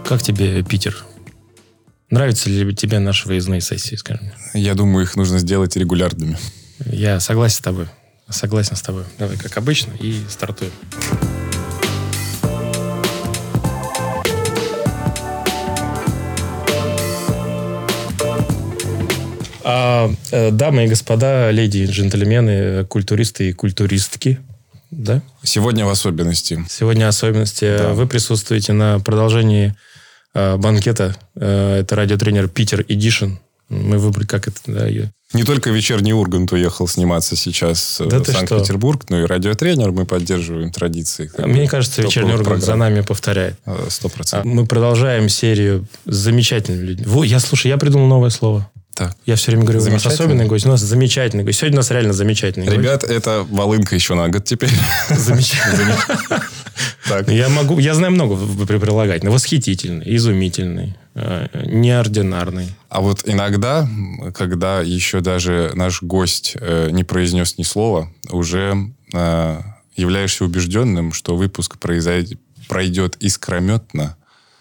Как тебе Питер? Нравятся ли тебе наши выездные сессии, скажем? Я думаю, их нужно сделать регулярными. Я согласен с тобой. Согласен с тобой. Давай, как обычно, и стартуем. Дамы и господа, леди и джентльмены, культуристы и культуристки, да? Сегодня в особенности. Сегодня в особенности. Да. Вы присутствуете на продолжении банкета. Это радиотренер Питер Эдишн. Мы выбрали, как это... Да, Не только вечерний Ургант уехал сниматься сейчас в Санкт-Петербург, но и радиотренер. Мы поддерживаем традиции. Мне кажется, вечерний Ургант за нами повторяет. 100%. Мы продолжаем серию с замечательными людьми. Я придумал новое слово. Так. Я все время говорю, у нас особенный гость, у нас замечательный гость. Сегодня у нас реально замечательный гость. Ребят, это волынка еще на год теперь. Замечательный. Я знаю много прилагательных. Восхитительный, изумительный, неординарный. А вот иногда, когда еще даже наш гость не произнес ни слова, уже являешься убежденным, что выпуск пройдет искрометно,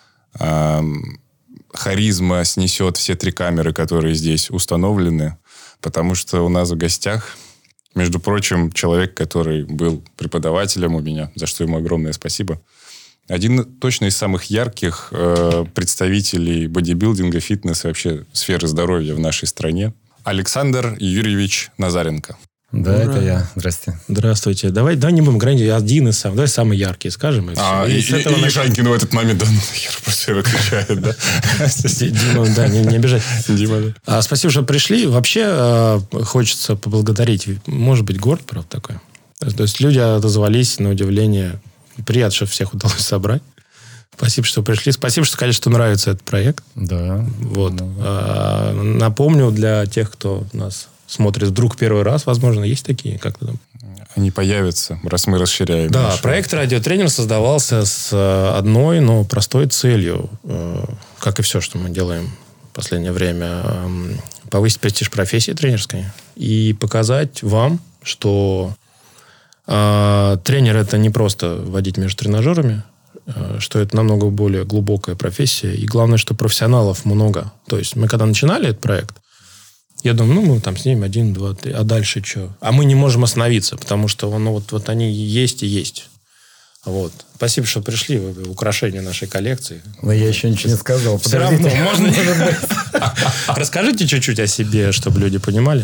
харизма снесет все 3 камеры, которые здесь установлены, потому что у нас в гостях, между прочим, человек, который был преподавателем у меня, за что ему огромное спасибо. Один точно из самых ярких представителей бодибилдинга, фитнеса, вообще сферы здоровья в нашей стране. Александр Юрьевич Назаренко. Да, ура. Это я. Здрасте. Здравствуйте. Давай не будем говорить один из самых. Давай самый яркий скажем. И Шанькин в этот момент, нахер просто выключает, да? Дима, да, не обижать. Дима, да. Спасибо, что пришли. Вообще хочется поблагодарить. Может быть, город, правда, такой. То есть люди отозвались на удивление. Приятно, что всех удалось собрать. Спасибо, что пришли. Спасибо, что сказали, что нравится этот проект. Да. Вот. Напомню для тех, кто нас смотрит вдруг первый раз, возможно, есть такие, как-то там. Они появятся, раз мы расширяем. Да, проект «Радиотренер» создавался с одной, но простой целью, как и все, что мы делаем в последнее время, повысить престиж профессии тренерской и показать вам, что тренер – это не просто водить между тренажерами, что это намного более глубокая профессия. И главное, что профессионалов много. То есть мы когда начинали этот проект, я думаю, мы там снимем 1, 2, 3, а дальше что? А мы не можем остановиться, потому что вот они есть и есть. Вот. Спасибо, что пришли. Вы украшение нашей коллекции. Но я еще ничего не сказал. Все равно, можно. Расскажите чуть-чуть о себе, чтобы люди понимали.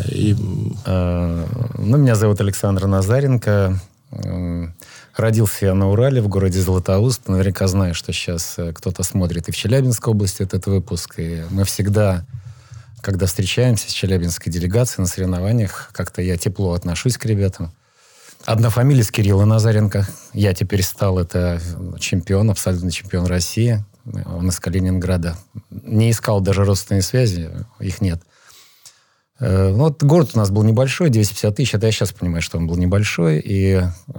Меня зовут Александр Назаренко. Родился я на Урале, в городе Златоуст. Наверняка знаю, что сейчас кто-то смотрит и в Челябинской области этот выпуск. И мы всегда... Когда встречаемся с челябинской делегацией на соревнованиях, как-то я тепло отношусь к ребятам. Одна фамилия с Кирилла Назаренко. Я теперь стал чемпион, абсолютный чемпион России. Он из Калининграда. Не искал даже родственные связи, их нет. Вот город у нас был небольшой, 250 тысяч. Это я сейчас понимаю, что он был небольшой. И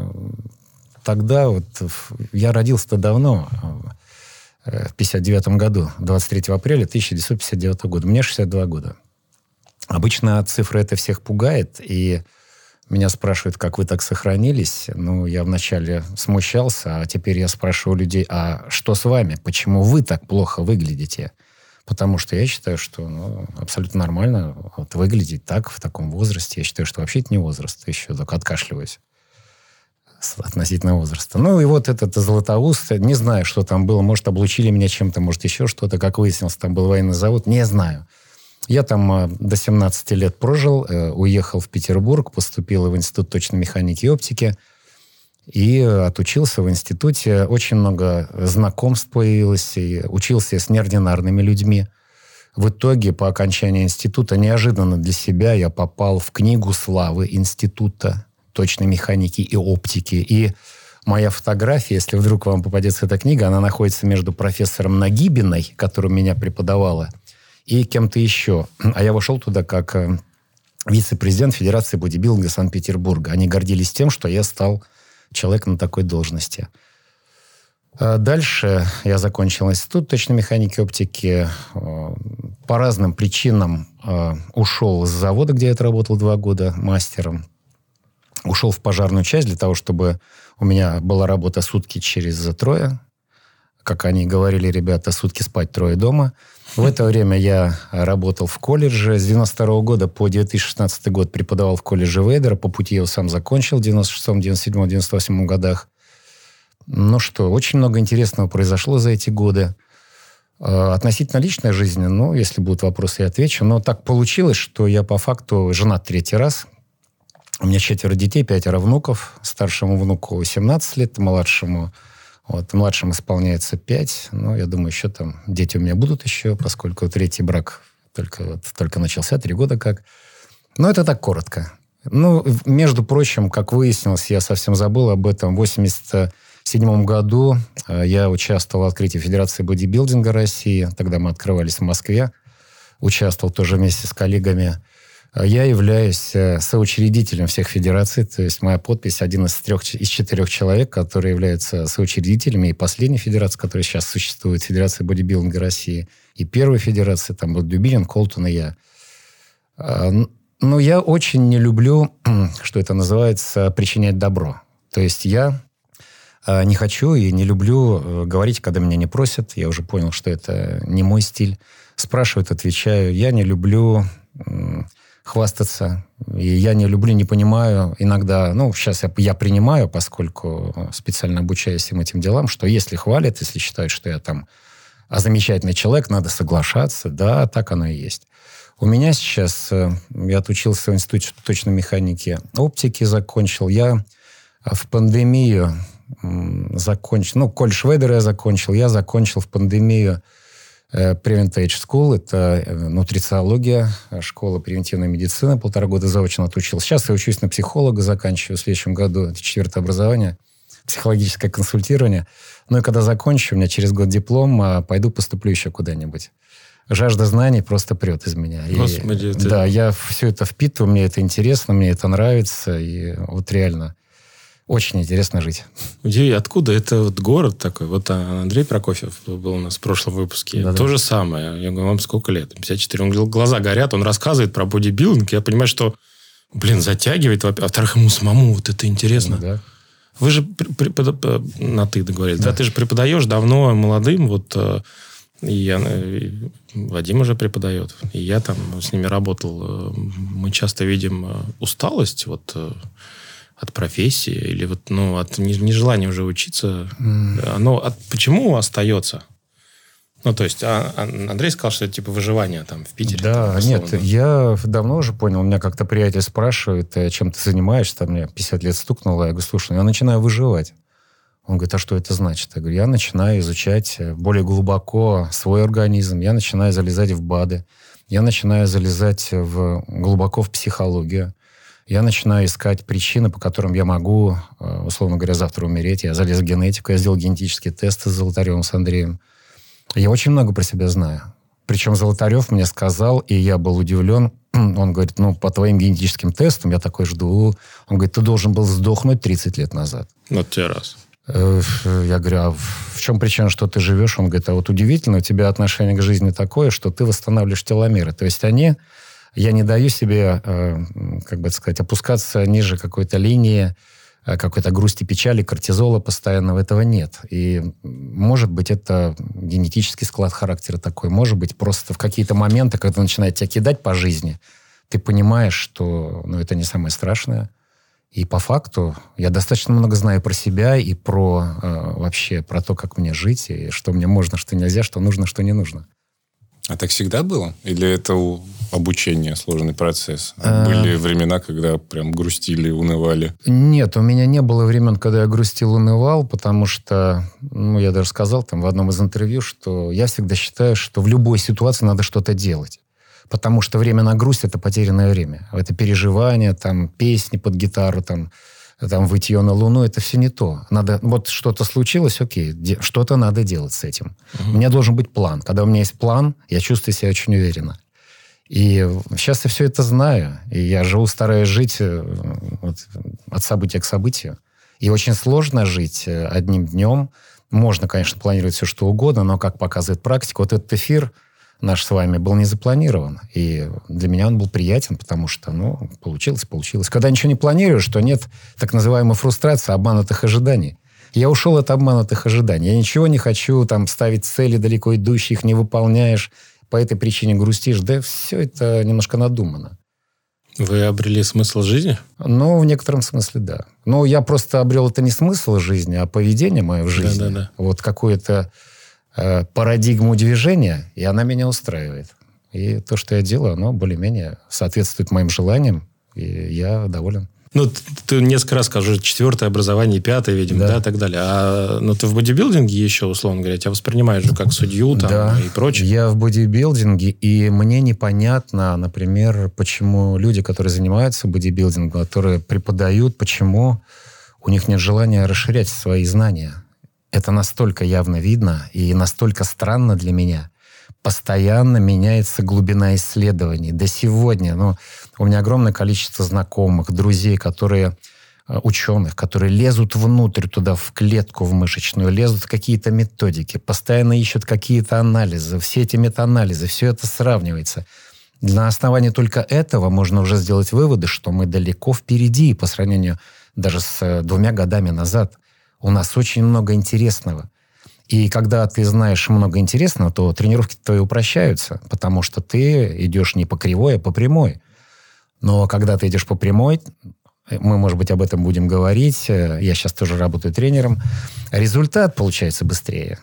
тогда я родился-то давно, в 1959 году, 23 апреля 1959 года. Мне 62 года. Обычно цифра это всех пугает, и меня спрашивают, как вы так сохранились. Я вначале смущался, а теперь я спрашиваю людей, а что с вами? Почему вы так плохо выглядите? Потому что я считаю, что абсолютно нормально выглядеть так, в таком возрасте. Я считаю, что вообще это не возраст, еще только откашливаюсь относительно возраста. И вот этот Златоуст, не знаю, что там было, может, облучили меня чем-то, может, еще что-то, как выяснилось, там был военный завод, не знаю. Я там до 17 лет прожил, уехал в Петербург, поступил в Институт точной механики и оптики и отучился в институте. Очень много знакомств появилось, и учился с неординарными людьми. В итоге, по окончании института, неожиданно для себя я попал в книгу славы Института точной механики и оптики. И моя фотография, если вдруг вам попадется эта книга, она находится между профессором Нагибиной, которая меня преподавала, и кем-то еще. А я вошел туда как вице-президент Федерации бодибилдинга Санкт-Петербурга. Они гордились тем, что я стал человеком на такой должности. Дальше я закончил институт точной механики и оптики. По разным причинам ушел с завода, где я отработал 2 года мастером. Ушел в пожарную часть для того, чтобы у меня была работа сутки через 3. как они говорили, ребята, сутки спать, трое дома. В это время я работал в колледже. С 92 года по 2016 год преподавал в колледже Вейдера. По пути я его сам закончил в 96-м, 97-м, 98-м годах. Ну что, очень много интересного произошло за эти годы. Относительно личной жизни, ну, если будут вопросы, я отвечу. Но так получилось, что я по факту женат 3-й раз. У меня 4 детей, 5 внуков. Старшему внуку 17 лет, младшему исполняется 5. Ну, я думаю, еще там дети у меня будут еще, поскольку 3-й брак только начался, 3 года как. Но это так коротко. Ну, между прочим, как выяснилось, я совсем забыл об этом. В 1987 году я участвовал в открытии Федерации бодибилдинга России. Тогда мы открывались в Москве. Участвовал тоже вместе с коллегами. Я являюсь соучредителем всех федераций. То есть моя подпись один из 4 человек, которые являются соучредителями и последней федерации, которая сейчас существует, Федерация бодибилдинга России. И первой федерации, там был Дубинин, Колтун и я. Но я очень не люблю, что это называется, причинять добро. То есть я не хочу и не люблю говорить, когда меня не просят. Я уже понял, что это не мой стиль. Спрашивают, отвечаю. Я не люблю хвастаться. И я не люблю, не понимаю иногда... Ну, сейчас я принимаю, поскольку специально обучаюсь всем этим делам, что если хвалят, если считают, что я там замечательный человек, надо соглашаться. Да, так оно и есть. У меня сейчас... Я отучился в институте точной механики оптики, закончил. Я в пандемию закончил... Ну, колледж Вейдера я закончил в пандемию Preventage School, это нутрициология, школа превентивной медицины, 1,5 года заочно отучился. Сейчас я учусь на психолога, заканчиваю в следующем году, это 4-е образование, психологическое консультирование. Ну и когда закончу, у меня через год диплом, пойду поступлю еще куда-нибудь. Жажда знаний просто прет из меня. Господи, да, я все это впитываю, мне это интересно, мне это нравится, и вот реально очень интересно жить. Откуда это вот город такой? Вот Андрей Прокофьев был у нас в прошлом выпуске. Да-да. То же самое. Я говорю, вам сколько лет? 54. Он говорил, глаза горят, он рассказывает про бодибилдинг. Я понимаю, что, затягивает. А во-вторых, ему самому вот это интересно. Да. Вы же на «ты» договорились. Да. Ты же преподаешь давно молодым. Вот и Вадим уже преподает. И я там с ними работал. Мы часто видим усталость от профессии или от нежелания уже учиться. Почему остается? Ну, то есть, Андрей сказал, что это типа выживание там в Питере. Да, там, нет, я давно уже понял. Меня как-то приятель спрашивает, чем ты занимаешься? Там мне 50 лет стукнуло. Я говорю, слушай, я начинаю выживать. Он говорит, а что это значит? Я говорю, я начинаю изучать более глубоко свой организм. Я начинаю залезать в БАДы. Я начинаю залезать глубоко в психологию. Я начинаю искать причины, по которым я могу, условно говоря, завтра умереть. Я залез в генетику, я сделал генетические тесты с Золотаревым, с Андреем. Я очень много про себя знаю. Причем Золотарев мне сказал, и я был удивлен. Он говорит, по твоим генетическим тестам я такой жду. Он говорит, ты должен был сдохнуть 30 лет назад. Вот тебе раз. Я говорю, а в чем причина, что ты живешь? Он говорит, а вот удивительно, у тебя отношение к жизни такое, что ты восстанавливаешь теломеры. То есть я не даю себе, опускаться ниже какой-то линии, какой-то грусти, печали, кортизола постоянного. Этого нет. И, может быть, это генетический склад характера такой. Может быть, просто в какие-то моменты, когда начинает тебя кидать по жизни, ты понимаешь, что это не самое страшное. И по факту я достаточно много знаю про себя и вообще про то, как мне жить, и что мне можно, что нельзя, что нужно, что не нужно. А так всегда было? Или это обучение, сложный процесс? Были времена, когда прям грустили, унывали? Нет, у меня не было времен, когда я грустил, унывал, потому что, я даже сказал там в одном из интервью, что я всегда считаю, что в любой ситуации надо что-то делать. Потому что время на грусть – это потерянное время. Это переживания, там, песни под гитару, там «Вытье на луну» – это все не то. Надо, вот что-то случилось, окей, что-то надо делать с этим. У меня должен быть план. Когда у меня есть план, я чувствую себя очень уверенно. И сейчас я все это знаю. И я стараюсь жить от события к событию. И очень сложно жить одним днем. Можно, конечно, планировать все, что угодно, но, как показывает практика, вот этот эфир наш с вами был не запланирован. И для меня он был приятен, потому что, получилось. Когда ничего не планируешь, то нет так называемой фрустрации, обманутых ожиданий. Я ушел от обманутых ожиданий. Я ничего не хочу, там, ставить цели далеко идущие, их не выполняешь, по этой причине грустишь. Да все это немножко надумано. Вы обрели смысл жизни? Ну, в некотором смысле, да. Но я просто обрел это не смысл жизни, а поведение мое в жизни. Да. Вот какую-то парадигму движения, и она меня устраивает. И то, что я делаю, оно более-менее соответствует моим желаниям, и я доволен. Ну, ты несколько раз скажешь, 4-е образование, 5-е, видимо, да, и так далее. Но ты в бодибилдинге еще, условно говоря, тебя воспринимаешь же как судью там, да, и прочее. Я в бодибилдинге, и мне непонятно, например, почему люди, которые занимаются бодибилдингом, которые преподают, почему у них нет желания расширять свои знания. Это настолько явно видно и настолько странно для меня. Постоянно меняется глубина исследований. До сегодня, у меня огромное количество знакомых, друзей, ученых, которые лезут внутрь туда, в клетку, в мышечную, лезут в какие-то методики, постоянно ищут какие-то анализы. Все эти метаанализы, все это сравнивается. На основании только этого можно уже сделать выводы, что мы далеко впереди по сравнению даже с 2 годами назад. У нас очень много интересного. И когда ты знаешь много интересного, то тренировки твои упрощаются, потому что ты идешь не по кривой, а по прямой. Но когда ты идешь по прямой, мы, может быть, об этом будем говорить, я сейчас тоже работаю тренером, результат получается быстрее.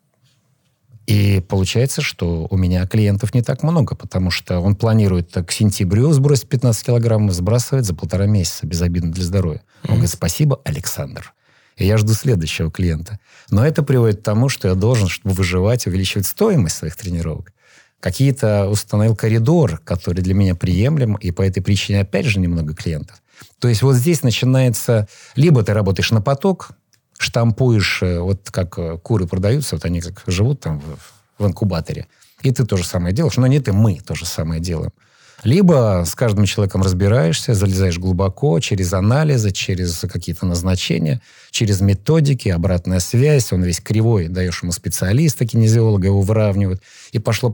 И получается, что у меня клиентов не так много, потому что он планирует к сентябрю сбросить 15 килограммов, сбрасывает за 1,5 месяца, безобидно для здоровья. Он говорит: спасибо, Александр. И я жду следующего клиента. Но это приводит к тому, что я должен, чтобы выживать, увеличивать стоимость своих тренировок. Какие-то установил коридор, который для меня приемлем, и по этой причине опять же немного клиентов. То есть вот здесь начинается... Либо ты работаешь на поток, штампуешь, вот как куры продаются, вот они как живут там в инкубаторе, и ты то же самое делаешь. Но не ты, мы то же самое делаем. Либо с каждым человеком разбираешься, залезаешь глубоко, через анализы, через какие-то назначения, через методики, обратная связь. Он весь кривой, даешь ему специалиста, кинезиолога, его выравнивают. И пошло.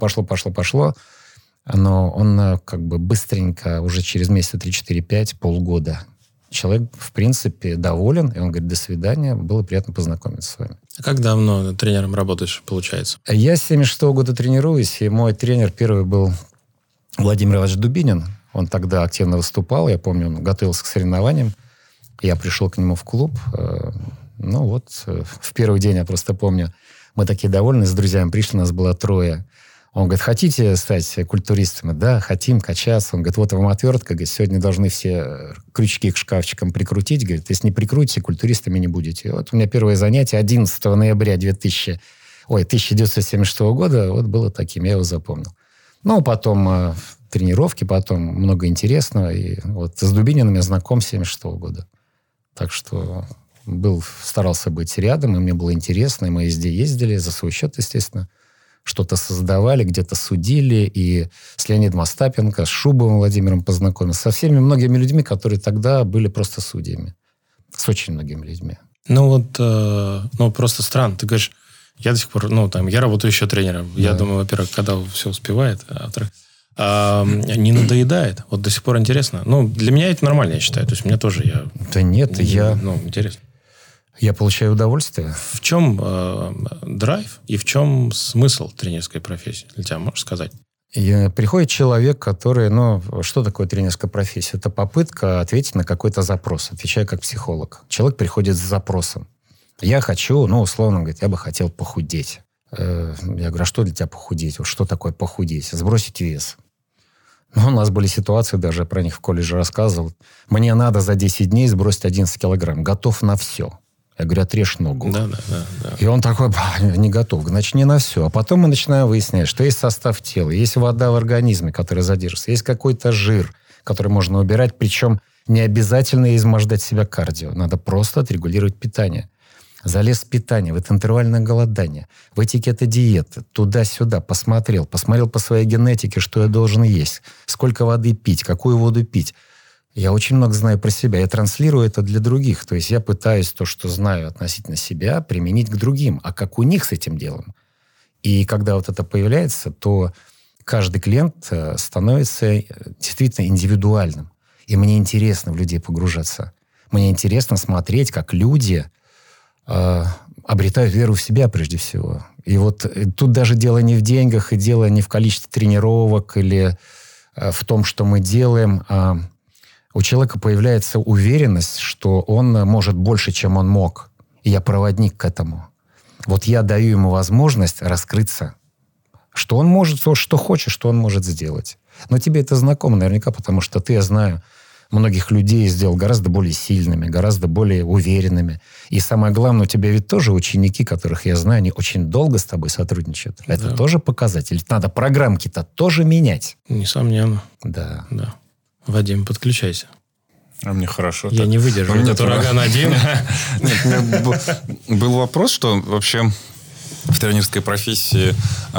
Но он как бы быстренько, уже через месяца 3, 4, 5, полгода, человек, в принципе, доволен. И он говорит: до свидания, было приятно познакомиться с вами. А как давно тренером работаешь, получается? Я с 76-го года тренируюсь, и мой тренер первый был Владимир Иванович Дубинин. Он тогда активно выступал. Я помню, он готовился к соревнованиям. Я пришел к нему в клуб. В первый день, я просто помню, мы такие довольные, с друзьями пришли, нас было 3. Он говорит: хотите стать культуристами? Да, хотим качаться. Он говорит: вот вам отвертка. Говорит: сегодня должны все крючки к шкафчикам прикрутить. Говорит: если не прикрутите, культуристами не будете. И вот у меня первое занятие 11 ноября 1976 года вот было таким. Я его запомнил. Потом тренировки, потом много интересного. И вот с Дубининым я знаком с 76 года. Так что старался быть рядом, и мне было интересно. И мы везде ездили за свой счет, естественно. Что-то создавали, где-то судили. И с Леонидом Остапенко, с Шубовым Владимиром познакомился. Со всеми многими людьми, которые тогда были просто судьями. С очень многими людьми. Просто странно. Ты говоришь, я до сих пор, я работаю еще тренером. Да. Я думаю, во-первых, когда все успевает, а во-вторых, не надоедает. Вот до сих пор интересно. Для меня это нормально, я считаю. То есть мне тоже интересно. Я получаю удовольствие. В чем драйв и в чем смысл тренерской профессии? Для тебя можешь сказать? Приходит человек, который... что такое тренерская профессия? Это попытка ответить на какой-то запрос. Отвечаю как психолог. Человек приходит с запросом. Я хочу, условно говорит, я бы хотел похудеть. Я говорю: а что для тебя похудеть? Вот что такое похудеть? Сбросить вес. У нас были ситуации, даже про них в колледже рассказывал. Мне надо за 10 дней сбросить 11 килограмм. Готов на все. Я говорю: отрежь ногу. Да. И он такой: не готов. Значит, не на все. А потом мы начинаем выяснять, что есть состав тела, есть вода в организме, которая задерживается, есть какой-то жир, который можно убирать, причем не обязательно измождать себя кардио. Надо просто отрегулировать питание. Залез в питание, в это интервальное голодание, в этикеты диеты, туда-сюда, посмотрел по своей генетике, что я должен есть, сколько воды пить, какую воду пить. Я очень много знаю про себя, я транслирую это для других. То есть я пытаюсь то, что знаю относительно себя, применить к другим. А как у них с этим делом? И когда вот это появляется, то каждый клиент становится действительно индивидуальным. И мне интересно в людей погружаться. Мне интересно смотреть, как люди обретают веру в себя прежде всего. И вот тут даже дело не в деньгах, и дело не в количестве тренировок или в том, что мы делаем, а у человека появляется уверенность, что он может больше, чем он мог. И я проводник к этому. Вот я даю ему возможность раскрыться. Что он может, что хочет, что он может сделать. Но тебе это знакомо наверняка, потому что ты, я знаю, многих людей сделал гораздо более сильными, гораздо более уверенными. И самое главное, у тебя ведь тоже ученики, которых я знаю, они очень долго с тобой сотрудничают. Да. Это тоже показатель. Надо программки-то тоже менять. Несомненно. Да. Вадим, подключайся. А мне хорошо. Я не выдержу этот ураган один. Был вопрос, что вообще в тренерской профессии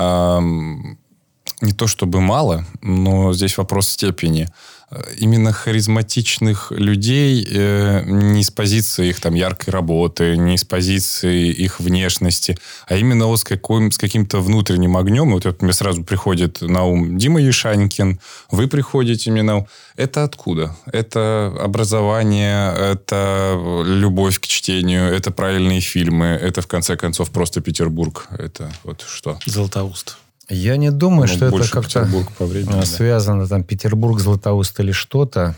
не то чтобы мало, но здесь вопрос степени. Именно харизматичных людей не с позиции их там яркой работы, не с позиции их внешности, а именно вот с каким-то внутренним огнем. Вот это мне сразу приходит на ум Дима Ешанькин, вы приходите мне на ум. Это откуда? Это образование, это любовь к чтению, это правильные фильмы, это, в конце концов, просто Петербург. Это вот что? Златоуст. Я не думаю, что это как-то связано, там, Петербург, Златоуст или что-то.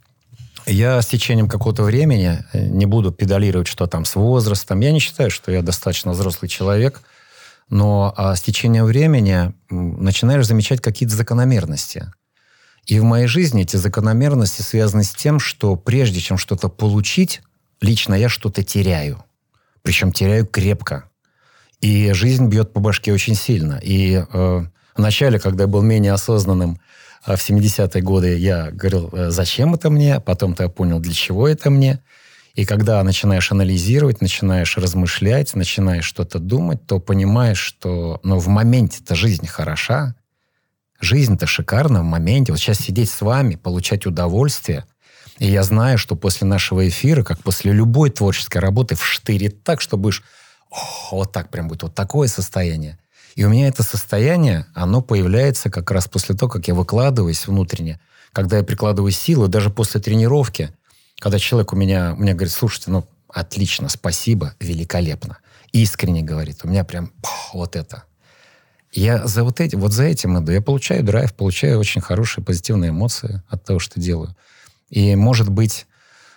Я с течением какого-то времени не буду педалировать, что там с возрастом. Я не считаю, что я достаточно взрослый человек, но с течением времени начинаешь замечать какие-то закономерности. И в моей жизни эти закономерности связаны с тем, что прежде чем что-то получить, лично я что-то теряю. Причем теряю крепко. И жизнь бьет по башке очень сильно. И вначале, когда я был менее осознанным, в 70-е годы я говорил, зачем это мне? Потом-то я понял, для чего это мне. И когда начинаешь анализировать, начинаешь размышлять, начинаешь что-то думать, то понимаешь, что в моменте-то жизнь хороша. Жизнь-то шикарна в моменте. Вот сейчас сидеть с вами, получать удовольствие. И я знаю, что после нашего эфира, как после любой творческой работы, вштырит так, что будешь... вот так прям будет, вот такое состояние. И у меня это состояние, оно появляется как раз после того, как я выкладываюсь внутренне, когда я прикладываю силу, даже после тренировки, когда человек у меня говорит, слушайте, отлично, спасибо, великолепно. Искренне говорит, у меня прям вот это. Я за этим иду. Я получаю драйв, получаю очень хорошие позитивные эмоции от того, что делаю. И, может быть,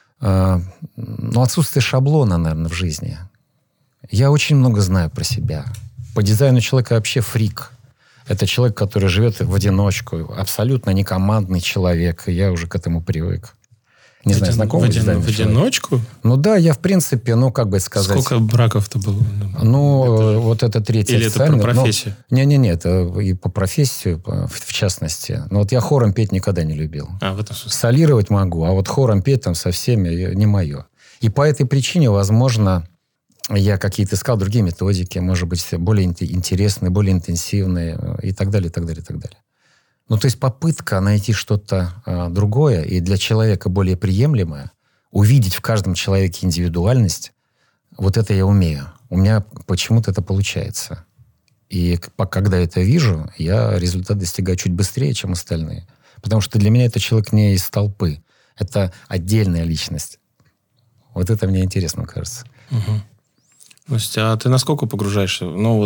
отсутствие шаблона, наверное, в жизни. Я очень много знаю про себя. По дизайну человека вообще фрик. Это человек, который живет в одиночку. Абсолютно не командный человек. Я уже к этому привык. Не знаю, знакомый дизайнер? В одиночку? Да, я в принципе, как бы сказать... Сколько браков-то было? Вот это третий. Или это про профессию? Не, это и по профессию, в частности. Но вот я хором петь никогда не любил. В этом смысле. Солировать могу, а вот хором петь там со всеми не мое. И по этой причине, возможно... Я какие-то искал другие методики, может быть, более интересные, более интенсивные и так далее, и так далее, и так далее. То есть попытка найти что-то другое и для человека более приемлемое, увидеть в каждом человеке индивидуальность, вот это я умею. У меня почему-то это получается. И когда это вижу, я результат достигаю чуть быстрее, чем остальные. Потому что для меня это человек не из толпы. Это отдельная личность. Вот это мне интересно, кажется. Угу. А ты насколько погружаешься?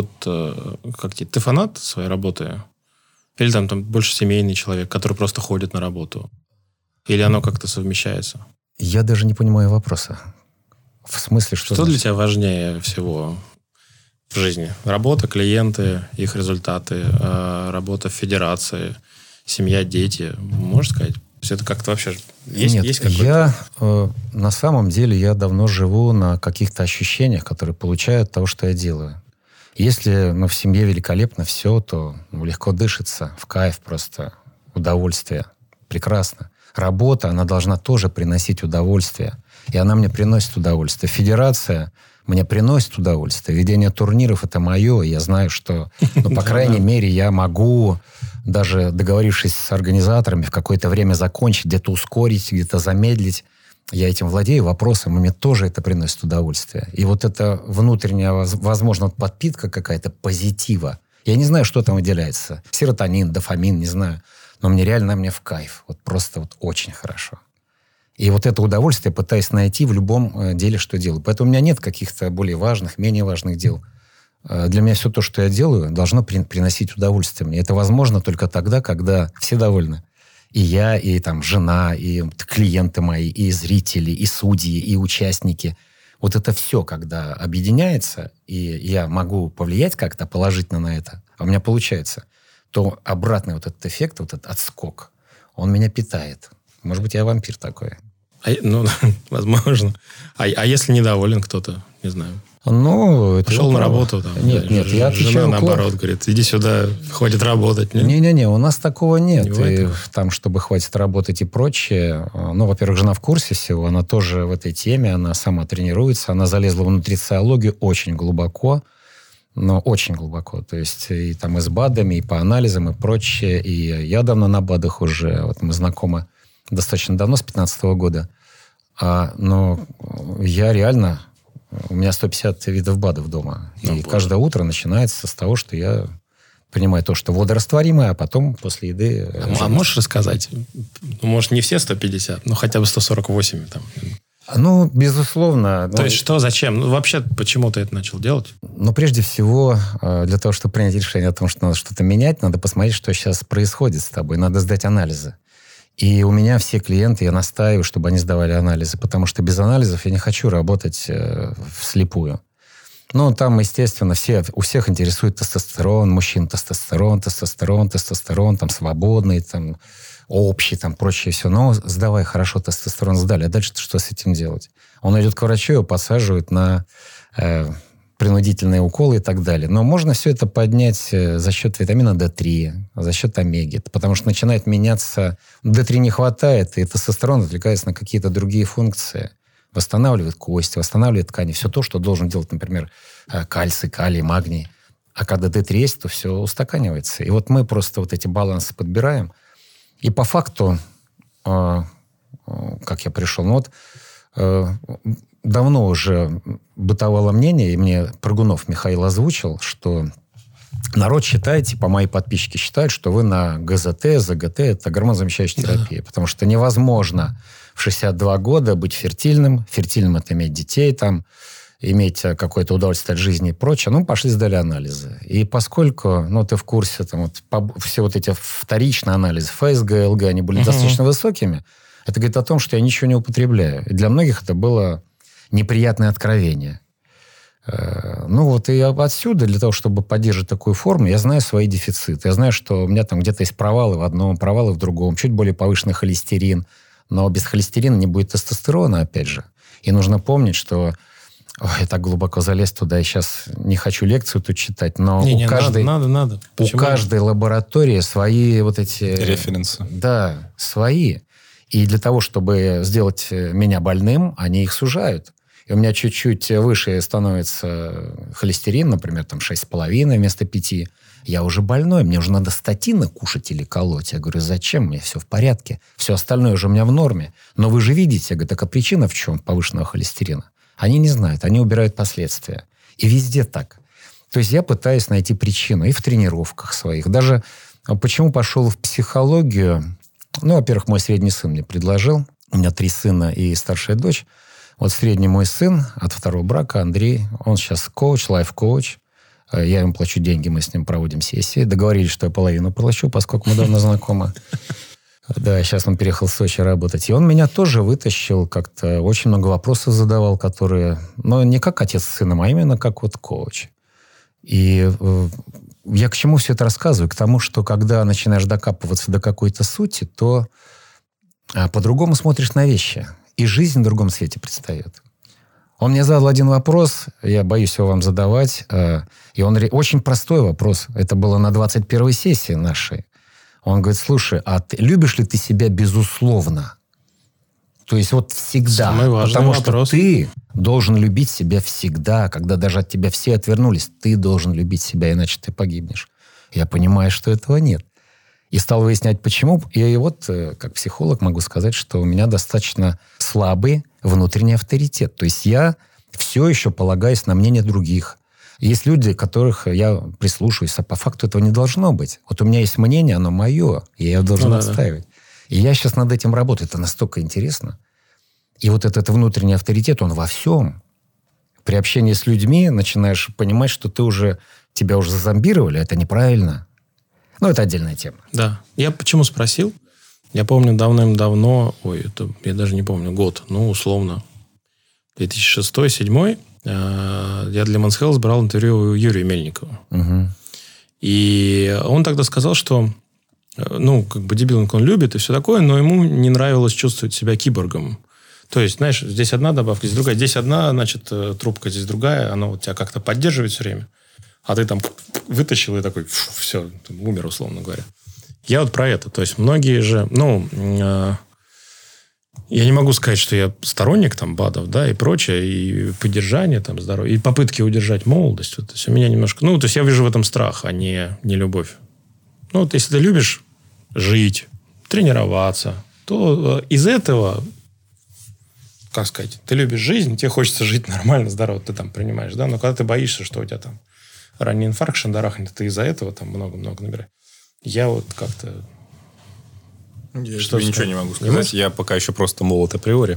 Ты фанат своей работы? Или там больше семейный человек, который просто ходит на работу? Или оно как-то совмещается? Я даже не понимаю вопроса. В смысле, что... Что для тебя важнее всего в жизни? Работа, клиенты, их результаты, работа в федерации, семья, дети. Можешь сказать? То есть это как-то вообще есть какой-то... На самом деле я давно живу на каких-то ощущениях, которые получаю от того, что я делаю. Если в семье великолепно все, то легко дышится, в кайф просто, удовольствие. Прекрасно. Работа, она должна тоже приносить удовольствие. И она мне приносит удовольствие. Федерация мне приносит удовольствие. Ведение турниров – это мое. Я знаю, что, по крайней мере, я могу, даже договорившись с организаторами, в какое-то время закончить, где-то ускорить, где-то замедлить. Я этим владею вопросом, и мне тоже это приносит удовольствие. И вот это внутренняя, возможно, подпитка какая-то позитива. Я не знаю, что там выделяется. Серотонин, дофамин, не знаю. Но мне реально в кайф. Вот просто очень хорошо. И вот это удовольствие я пытаюсь найти в любом деле, что делаю. Поэтому у меня нет каких-то более важных, менее важных дел. Для меня все то, что я делаю, должно приносить удовольствие мне. Это возможно только тогда, когда все довольны. И я, и там жена, и клиенты мои, и зрители, и судьи, и участники. Вот это все, когда объединяется, и я могу повлиять как-то положительно на это, а у меня получается, то обратный вот этот эффект, вот этот отскок, он меня питает. Может быть, я вампир такой. Возможно. А если недоволен кто-то, не знаю. Пошел на работу. Нет, я отвечаю. Жена, наоборот, говорит, иди сюда, ходит работать. Не-не-не, у нас такого нет. И там, чтобы хватит работать и прочее. Во-первых, жена в курсе всего, она тоже в этой теме, она сама тренируется, она залезла в нутрициологию очень глубоко, но очень глубоко. То есть и там и с БАДами, и по анализам, и прочее. И я давно на БАДах уже, вот мы знакомы достаточно давно, с 2015 года. Но я реально... У меня 150 видов БАДов дома. И каждое утро начинается с того, что я принимаю то, что водорастворимое, а потом после еды... А можешь рассказать? Может, не все 150, но хотя бы 148 там. Безусловно. То есть что, зачем? Вообще, почему ты это начал делать? Прежде всего, для того, чтобы принять решение о том, что надо что-то менять, надо посмотреть, что сейчас происходит с тобой. Надо сдать анализы. И у меня все клиенты, я настаиваю, чтобы они сдавали анализы, потому что без анализов я не хочу работать вслепую. Там, естественно, у всех интересует тестостерон, мужчин тестостерон, там, свободный, там, общий, там, прочее все. Но сдавай хорошо тестостерон, сдали. А дальше что с этим делать? Он идет к врачу, его подсаживают на принудительные уколы и так далее. Но можно все это поднять за счет витамина D3, за счет омеги. Потому что начинает меняться... D3 не хватает, и тестостерон отвлекается на какие-то другие функции. Восстанавливает кости, восстанавливает ткани. Все то, что должен делать, например, кальций, калий, магний. А когда D3 есть, то все устаканивается. И вот мы просто вот эти балансы подбираем. И по факту, как я пришел, давно уже бытовало мнение, и мне Прыгунов Михаил озвучил, что народ считает, мои подписчики считают, что вы на ГЗТ, ЗГТ, это гормонозамещающая терапия. Потому что невозможно в 62 года быть фертильным. Фертильным – это иметь детей, там, иметь какое-то удовольствие от жизни и прочее. Пошли, сдали анализы. И поскольку, ты в курсе, там, все вот эти вторичные анализы, ФСГ, ЛГ, они были достаточно высокими, это говорит о том, что я ничего не употребляю. И для многих это было неприятное откровение. И отсюда, для того, чтобы поддерживать такую форму, я знаю свои дефициты. Я знаю, что у меня там где-то есть провалы в одном, провалы в другом, чуть более повышенный холестерин. Но без холестерина не будет тестостерона, опять же. И нужно помнить, что... я так глубоко залез туда, и сейчас не хочу лекцию тут читать, но у каждой... Надо. У каждой лаборатории свои вот эти... Референсы. Да, свои. И для того, чтобы сделать меня больным, они их сужают. И у меня чуть-чуть выше становится холестерин, например, там 6,5 вместо 5. Я уже больной, мне уже надо статины кушать или колоть. Я говорю, зачем? У меня все в порядке. Все остальное уже у меня в норме. Но вы же видите, я говорю, так а причина в чем повышенного холестерина? Они не знают, они убирают последствия. И везде так. То есть я пытаюсь найти причину и в тренировках своих. Даже почему пошел в психологию? Во-первых, мой средний сын мне предложил. У меня 3 сына и старшая дочь. Вот средний мой сын от второго брака, Андрей, он сейчас коуч, лайф-коуч. Я ему плачу деньги, мы с ним проводим сессии. Договорились, что я половину плачу, поскольку мы давно знакомы. Да, сейчас он переехал в Сочи работать. И он меня тоже вытащил как-то. Очень много вопросов задавал, которые... не как отец с сыном, а именно как вот коуч. И я к чему все это рассказываю? К тому, что когда начинаешь докапываться до какой-то сути, то по-другому смотришь на вещи. И жизнь в другом свете предстает. Он мне задал один вопрос, я боюсь его вам задавать. И он очень простой вопрос. Это было на 21-й сессии нашей. Он говорит, слушай, а любишь ли ты себя безусловно? То есть вот всегда. Самый важный потому вопрос. Что ты должен любить себя всегда. Когда даже от тебя все отвернулись, ты должен любить себя, иначе ты погибнешь. Я понимаю, что этого нет. И стал выяснять, почему. И вот, как психолог, могу сказать, что у меня достаточно слабый внутренний авторитет. То есть я все еще полагаюсь на мнение других. Есть люди, которых я прислушиваюсь, а по факту этого не должно быть. Вот у меня есть мнение, оно мое, и я его должен отстаивать. И я сейчас над этим работаю. Это настолько интересно. И вот этот внутренний авторитет, он во всем. При общении с людьми начинаешь понимать, что тебя уже зазомбировали, это неправильно. Ну, это отдельная тема. Да. Я почему спросил? Я помню давным-давно, я даже не помню год, условно, 2006-2007, я для Men's Health брал интервью у Юрия Мельникова. Угу. И он тогда сказал, что бодибилдинг он любит и все такое, но ему не нравилось чувствовать себя киборгом. То есть, знаешь, здесь одна добавка, здесь другая. Здесь одна, значит, трубка, здесь другая. Она вот тебя как-то поддерживает все время. А ты там вытащил и такой, все, умер, условно говоря. Я вот про это. То есть, многие же... я не могу сказать, что я сторонник там БАДов, да, и прочее, и поддержание там здоровья, и попытки удержать молодость. Вот, то есть, у меня немножко... то есть, я вижу в этом страх, а не любовь. Если ты любишь жить, тренироваться, то из этого... Как сказать, ты любишь жизнь, тебе хочется жить нормально, здорово, ты там принимаешь, да, но когда ты боишься, что у тебя там ранний инфаркт, шандарахнет, ты из-за этого там много-много набираешь. Я вот как-то... Я тебе ничего не могу сказать, я пока еще просто молод априори.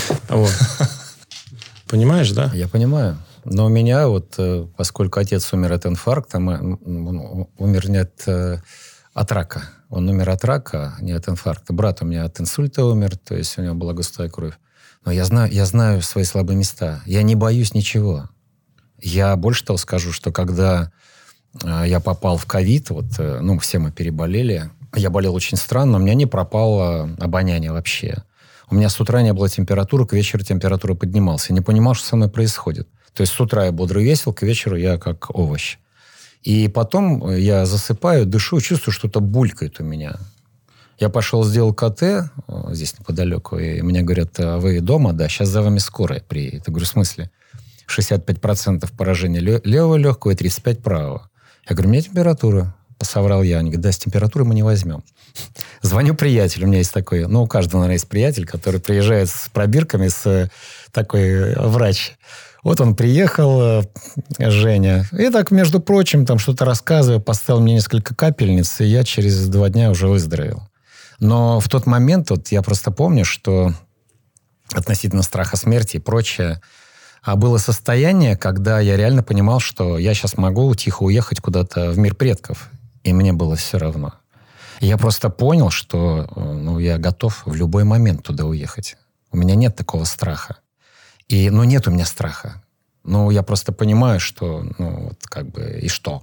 Понимаешь, да? Я понимаю. Но у меня поскольку отец умер от инфаркта, умер не от рака. Он умер от рака, не от инфаркта. Брат у меня от инсульта умер, то есть у него была густая кровь. Но я знаю свои слабые места. Я не боюсь ничего. Я больше того скажу, что когда я попал в ковид, все мы переболели, я болел очень странно, у меня не пропало обоняние вообще. У меня с утра не было температуры, к вечеру температура поднималась. Я не понимал, что со мной происходит. То есть с утра я бодрый весел, к вечеру я как овощ. И потом я засыпаю, дышу, чувствую, что-то булькает у меня. Я пошел, сделал КТ здесь неподалеку, и мне говорят, а вы дома? Да, сейчас за вами скорая приедет. Я говорю, в смысле? 65% поражения левого легкого и 35% правого. Я говорю, у меня температура. Посоврал я. Они говорят, да, с температурой мы не возьмем. Звоню приятелю. У меня есть такой, у каждого, наверное, есть приятель, который приезжает с пробирками, с такой врач. Вот он приехал, Женя, и так, между прочим, там что-то рассказывая, поставил мне несколько капельниц, и я через 2 дня уже выздоровел. Но в тот момент, я просто помню, что относительно страха смерти и прочее, было состояние, когда я реально понимал, что я сейчас могу тихо уехать куда-то в мир предков, и мне было все равно. И я просто понял, что я готов в любой момент туда уехать. У меня нет такого страха. Нет у меня страха. Я просто понимаю, что, и что?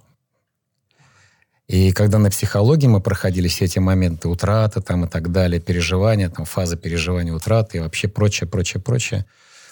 И когда на психологии мы проходили все эти моменты утраты там, и так далее, переживания, там, фазы переживания утраты и вообще прочее,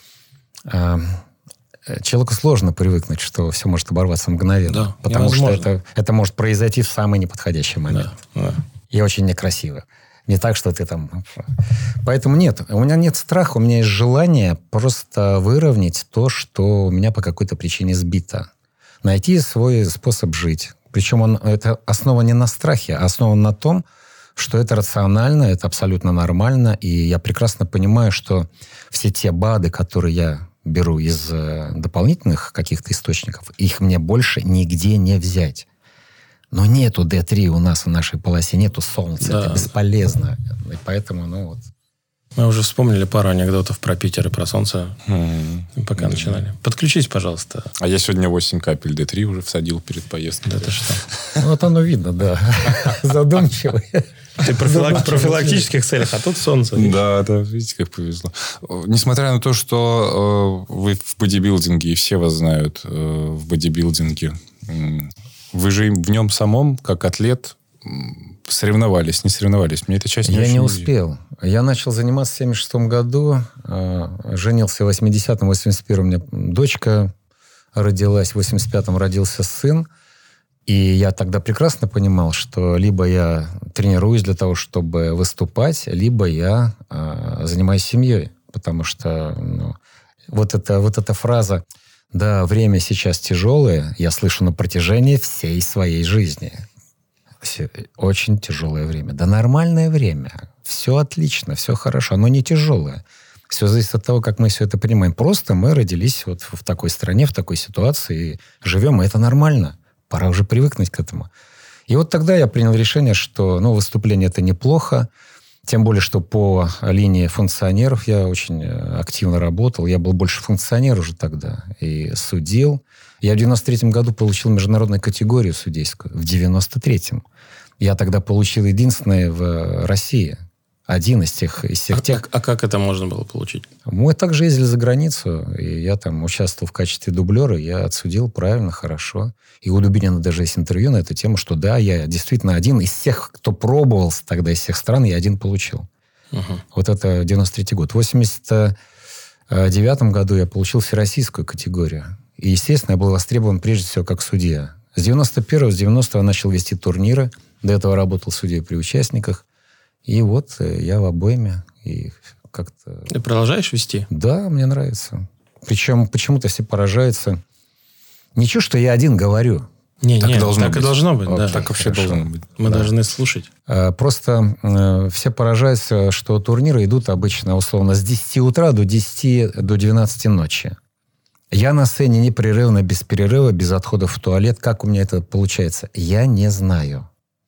человеку сложно привыкнуть, что все может оборваться мгновенно. Да, потому что это может произойти в самый неподходящий момент. Да. И очень некрасиво. Не так, что ты там... Поэтому нет, у меня нет страха, у меня есть желание просто выровнять то, что у меня по какой-то причине сбито. Найти свой способ жить. Причем это основа не на страхе, а основа на том, что это рационально, это абсолютно нормально. И я прекрасно понимаю, что все те БАДы, которые я беру из дополнительных каких-то источников, их мне больше нигде не взять. Но нету D3 у нас в нашей полосе, нету солнца, да. Это бесполезно. И поэтому, Мы уже вспомнили пару анекдотов про Питер и про солнце, пока начинали. Подключись, пожалуйста. А я сегодня 8 капель D3 уже всадил перед поездкой. Да ты что? Вот оно видно, да. Задумчивый. Ты в профилактических целях, а тут солнце. Да, видите, как повезло. Несмотря на то, что вы в бодибилдинге, и все вас знают в бодибилдинге, вы же в нем самом, как атлет, соревновались, не соревновались? Мне эта часть не Я очень не успел. Я начал заниматься в 76 году, женился в 80-м, в 81-м у меня дочка родилась, в 85-м родился сын. И я тогда прекрасно понимал, что либо я тренируюсь для того, чтобы выступать, либо я занимаюсь семьей. Потому что вот эта фраза «да, время сейчас тяжелое», я слышу на протяжении всей своей жизни. Очень тяжелое время. Да нормальное время. Все отлично, все хорошо. Оно не тяжелое. Все зависит от того, как мы все это понимаем. Просто мы родились вот в такой стране, в такой ситуации, и живем, и это нормально. Пора уже привыкнуть к этому. И вот тогда я принял решение, что выступление – это неплохо. Тем более, что по линии функционеров я очень активно работал. Я был больше функционер уже тогда и судил. Я в 93-м году получил международную категорию судейскую. В 93-м. Я тогда получил единственное в России. Один из тех... А как это можно было получить? Мы также ездили за границу, и я там участвовал в качестве дублера, я отсудил правильно, хорошо. И у Дубинина даже есть интервью на эту тему, что да, я действительно один из всех, кто пробовался тогда из всех стран, я один получил. Вот это 93-й год. В 89-м году я получил всероссийскую категорию. И, естественно, я был востребован прежде всего как судья. С 91-го, с 90-го я начал вести турниры. До этого работал судьей при участниках. И вот я в обойме. И как-то... Ты продолжаешь вести? Да, мне нравится. Причем почему-то все поражаются. Ничего, что я один говорю. Так и должно быть. Да. Так вообще должно быть. Мы должны слушать. Просто все поражаются, что турниры идут обычно, условно, с 10 утра до 12 ночи. Я на сцене непрерывно, без перерыва, без отходов в туалет. Как у меня это получается? Я не знаю.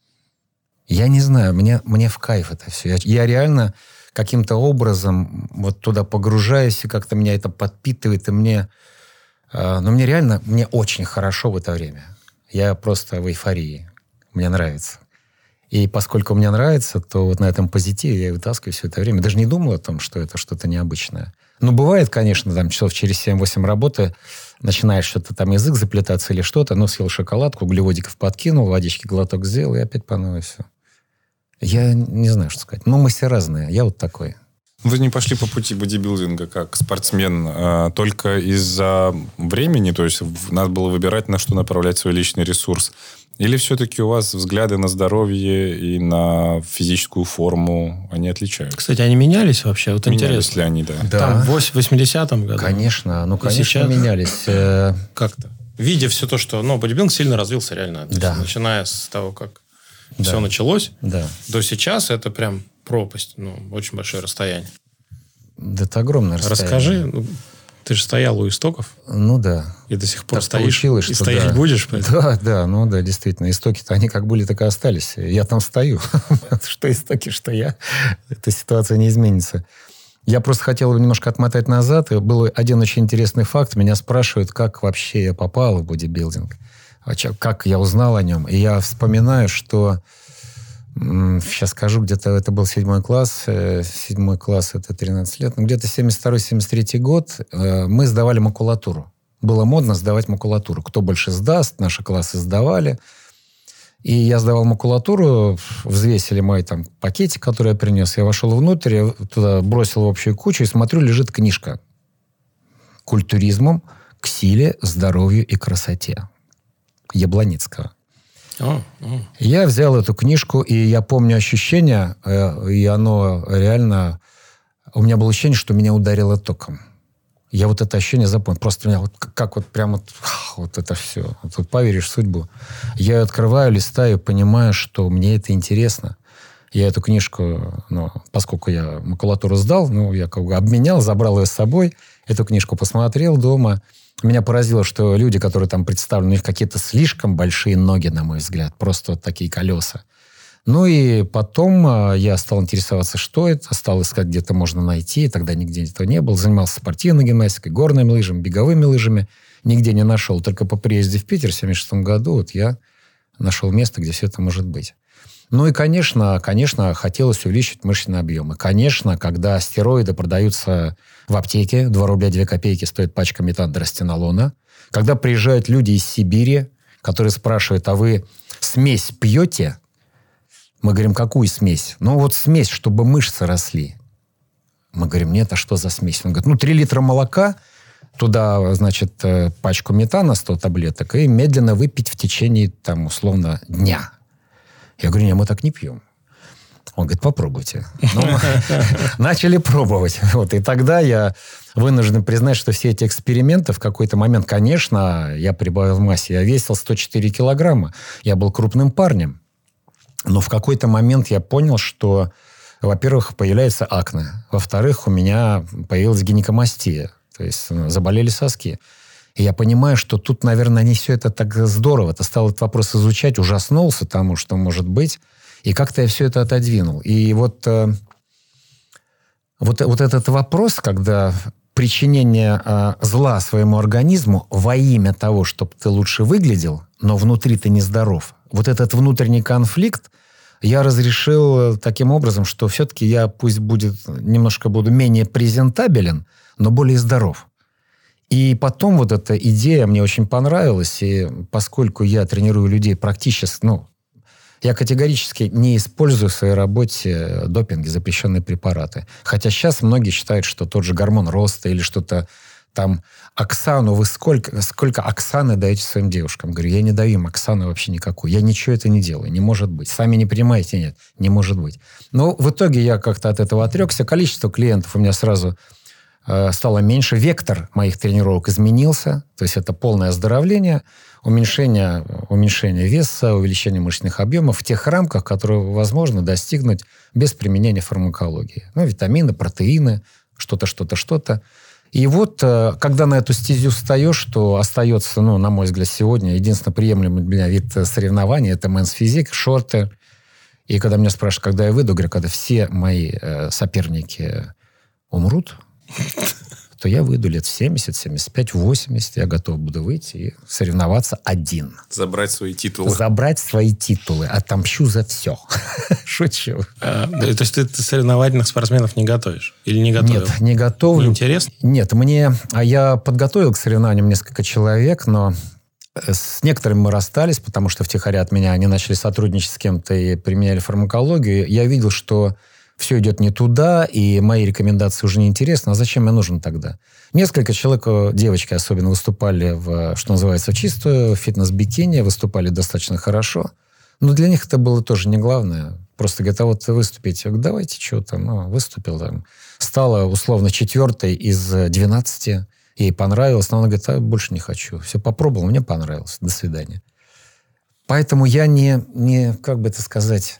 Я не знаю. Мне в кайф это все. Я реально каким-то образом вот туда погружаюсь, и как-то меня это подпитывает, и мне... Но мне реально, мне очень хорошо в это время. Я просто в эйфории. Мне нравится. И поскольку мне нравится, то вот на этом позитиве я и вытаскиваю все это время. Даже не думал о том, что это что-то необычное. Ну, бывает, конечно, там часов через 7-8 работы начинаешь что-то там язык заплетаться или что-то, но съел шоколадку, углеводиков подкинул, водички глоток сделал, и опять по новой все. Я не знаю, что сказать. Ну, мы все разные. Я вот такой. Вы не пошли по пути бодибилдинга как спортсмен только из-за времени? То есть надо было выбирать, на что направлять свой личный ресурс? Или все-таки у вас взгляды на здоровье и на физическую форму, они отличаются? Кстати, они менялись вообще? Вот менялись интересно. ли они, да? Да. Там в 80-м году? Конечно. Ну, конечно, сейчас? менялись. Как-то. Видя все то, что... Ну, бодибилдинг сильно развился реально. То Да. есть, начиная с того, как Да. все началось, Да. до сейчас это прям пропасть. Ну, очень большое расстояние. Да это огромное расстояние. Расскажи. Ну, ты же стоял у истоков. Ну, да. И до сих пор Так стоишь. получилось, И что стоять да. будешь? Да, ну да, действительно. Истоки-то они как были, так и остались. Я там стою. Что истоки, что я. Эта ситуация не изменится. Я просто хотел немножко отмотать назад. И был один очень интересный факт. Меня спрашивают, как вообще я попал в бодибилдинг. Как я узнал о нем. И я вспоминаю, что... Сейчас скажу, где-то это был 7 класс. 7 класс это 13 лет. Ну, где-то 72-73 год мы сдавали макулатуру. Было модно сдавать макулатуру. Кто больше сдаст, наши классы сдавали. И я сдавал макулатуру, взвесили мой там пакетик, который я принес. Я вошел внутрь, я туда бросил в общую кучу и смотрю, лежит книжка «Культуризмом к силе, здоровью и красоте» Яблоницкого. Я взял эту книжку, и я помню ощущение, и оно реально... У меня было ощущение, что меня ударило током. Я вот это ощущение запомнил. Просто у меня вот как вот прям вот это все. Вот поверишь в судьбу. Я ее открываю, листаю, понимаю, что мне это интересно. Я эту книжку, поскольку я макулатуру сдал, я как бы обменял, забрал ее с собой. Эту книжку посмотрел дома. Меня поразило, что люди, которые там представлены, у них какие-то слишком большие ноги, на мой взгляд. Просто вот такие колеса. Ну и потом я стал интересоваться, что это. Стал искать, где-то можно найти. Тогда нигде этого не было. Занимался спортивной гимнастикой, горными лыжами, беговыми лыжами. Нигде не нашел. Только по приезде в Питер в 1976 году вот я нашел место, где все это может быть. Ну и, конечно, хотелось увеличить мышечные объемы. Конечно, когда стероиды продаются в аптеке, 2 рубля 2 копейки стоит пачка метандростенолона. Когда приезжают люди из Сибири, которые спрашивают, а вы смесь пьете? Мы говорим, какую смесь? Ну, вот смесь, чтобы мышцы росли. Мы говорим, нет, а что за смесь? Он говорит, 3 литра молока, туда, значит, пачку метана, 100 таблеток, и медленно выпить в течение, там, условно, дня. Я говорю, нет, мы так не пьем. Он говорит, попробуйте. Начали пробовать. И тогда я вынужден признать, что все эти эксперименты в какой-то момент, конечно, я прибавил в массе. Я весил 104 килограмма. Я был крупным парнем. Но в какой-то момент я понял, что, во-первых, появляется акне. Во-вторых, у меня появилась гинекомастия. То есть заболели соски. И я понимаю, что тут, наверное, не все это так здорово. Ты стал этот вопрос изучать, ужаснулся тому, что может быть. И как-то я все это отодвинул. И вот Вот этот вопрос, когда причинение зла своему организму во имя того, чтобы ты лучше выглядел, но внутри ты нездоров. Вот этот внутренний конфликт я разрешил таким образом, что все-таки я пусть немножко буду менее презентабелен, но более здоров. И потом вот эта идея мне очень понравилась, и поскольку я тренирую людей практически, я категорически не использую в своей работе допинги, запрещенные препараты. Хотя сейчас многие считают, что тот же гормон роста или что-то там... Оксану, вы сколько Оксаны даете своим девушкам? Говорю, я не даю им Оксану вообще никакую. Я ничего это не делаю, не может быть. Сами не принимаете? Нет, не может быть. Но в итоге я как-то от этого отрекся. Количество клиентов у меня сразу стало меньше. Вектор моих тренировок изменился. То есть это полное оздоровление, уменьшение веса, увеличение мышечных объемов в тех рамках, которые возможно достигнуть без применения фармакологии. Витамины, протеины, что-то. И вот, когда на эту стезю встаешь, то остается, на мой взгляд, сегодня единственно приемлемый для меня вид соревнований – это мэнс физик, шорты. И когда меня спрашивают, когда я выйду, говорю, когда все мои соперники умрут, то я выйду лет в 70, 75, 80. Я готов буду выйти и соревноваться один. Забрать свои титулы. Отомщу за все. Шучу. То есть ты соревновательных спортсменов не готовишь? Или не готовил? Нет, не готовлю. Интересно? Нет, я подготовил к соревнованиям несколько человек, но с некоторыми мы расстались, потому что втихаря от меня они начали сотрудничать с кем-то и применяли фармакологию. Я видел, что все идет не туда, и мои рекомендации уже не интересны. А зачем я нужен тогда? Несколько человек, девочки особенно, выступали что называется, в чистую, фитнес-бикини, выступали достаточно хорошо. Но для них это было тоже не главное. Просто говорят, вот выступить. Я говорю, давайте что-то. Выступил там. Стала условно 4-й из 12. Ей понравилось. Но она говорит, больше не хочу. Все попробовал, мне понравилось. До свидания. Поэтому я не как бы это сказать...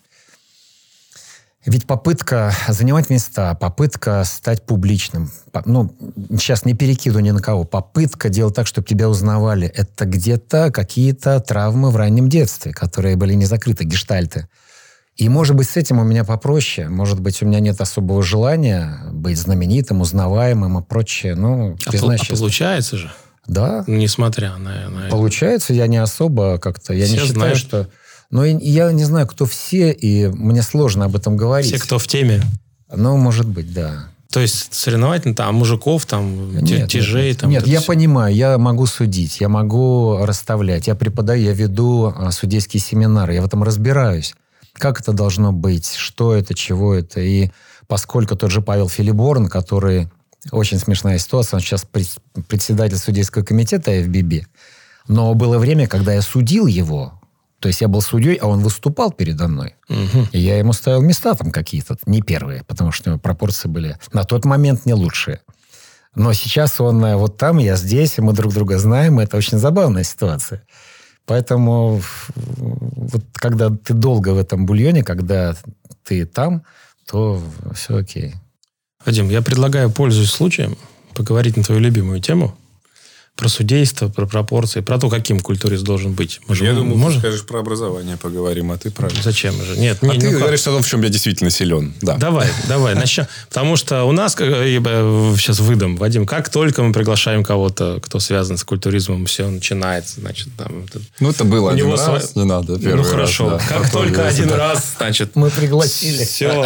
Ведь попытка занимать места, попытка стать публичным, сейчас не перекидываю ни на кого, попытка делать так, чтобы тебя узнавали, это где-то какие-то травмы в раннем детстве, которые были не закрыты, гештальты. И, может быть, с этим у меня попроще, может быть, у меня нет особого желания быть знаменитым, узнаваемым и прочее. Получается же? Да. Несмотря на это. Получается, я не особо как-то, я не считаю, что... Но я не знаю, кто все, и мне сложно об этом говорить. Все, кто в теме? Может быть, да. То есть соревновательно, там мужиков, тяжей? Нет, я понимаю, я могу судить, я могу расставлять, я преподаю, я веду судейские семинары, я в этом разбираюсь. Как это должно быть, что это, чего это. И поскольку тот же Павел Филиборн, который... Очень смешная ситуация, он сейчас председатель судейского комитета ФББ, но было время, когда я судил его. То есть я был судьей, а он выступал передо мной. Угу. И я ему ставил места там какие-то, не первые, потому что у него пропорции были на тот момент не лучшие. Но сейчас он вот там, я здесь, и мы друг друга знаем, и это очень забавная ситуация. Поэтому вот когда ты долго в этом бульоне, когда ты там, то все окей. Вадим, я предлагаю, пользуясь случаем, поговорить на твою любимую тему. Про судейство, про пропорции, про то, каким культурист должен быть. Я думал, ты скажешь про образование поговорим, а ты про... Зачем же? Нет, ты говоришь о том, в чем я действительно силен. Да. Давай, начнем. Потому что у нас, сейчас выдам, Вадим, как только мы приглашаем кого-то, кто связан с культуризмом, все начинается, значит, там... это было один раз, не надо. Хорошо. Раз, да. Как только один раз, значит... Мы пригласили. Все.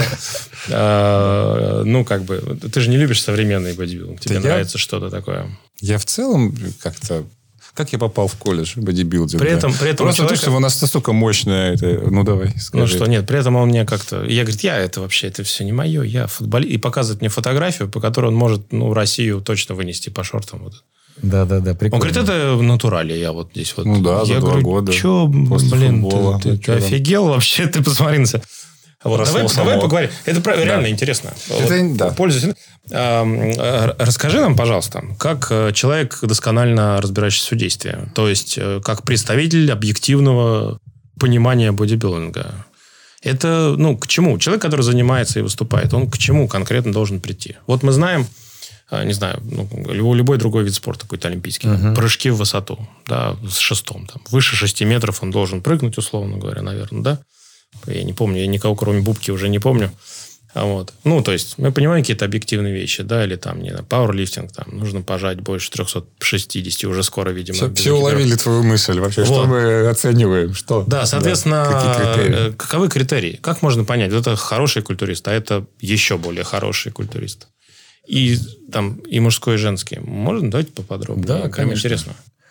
Ты же не любишь современный бодибилдинг. Тебе нравится что-то такое? Я в целом как-то... Как я попал в колледж бодибилдинг? При этом просто то, что у нас настолько мощное... давай, скажи. При этом он мне как-то... Я говорю, это все не мое, я футболист. И показывает мне фотографию, по которой он может Россию точно вынести по шортам. Вот. Да, прикольно. Он говорит, это в натурале, я вот здесь вот... за 2 года. После футбола. Ты офигел вообще? Ты посмотри на себя. Давай поговорим. Это реально интересно. Пользуйся. Расскажи нам, пожалуйста, как человек, досконально разбирающийся в судействе, то есть как представитель объективного понимания бодибилдинга, это к чему? Человек, который занимается и выступает, он к чему конкретно должен прийти? Вот мы знаем, не знаю, любой другой вид спорта, какой-то олимпийский, прыжки в высоту, с шестом. Выше 6 метров он должен прыгнуть, условно говоря, наверное, да? Я не помню, я никого, кроме Бубки, уже не помню. Вот. Ну, то есть, мы понимаем какие-то объективные вещи, да, или там, не знаю, пауэрлифтинг, там, нужно пожать больше 360, уже скоро, видимо. Все уловили твою мысль вообще, вот. Что мы оцениваем, что? Да, соответственно, какие критерии? Каковы критерии? Как можно понять, вот это хороший культурист, а это еще более хороший культурист? И там и мужской, и женский. Можно? Давайте поподробнее. Да, конечно. Интересно.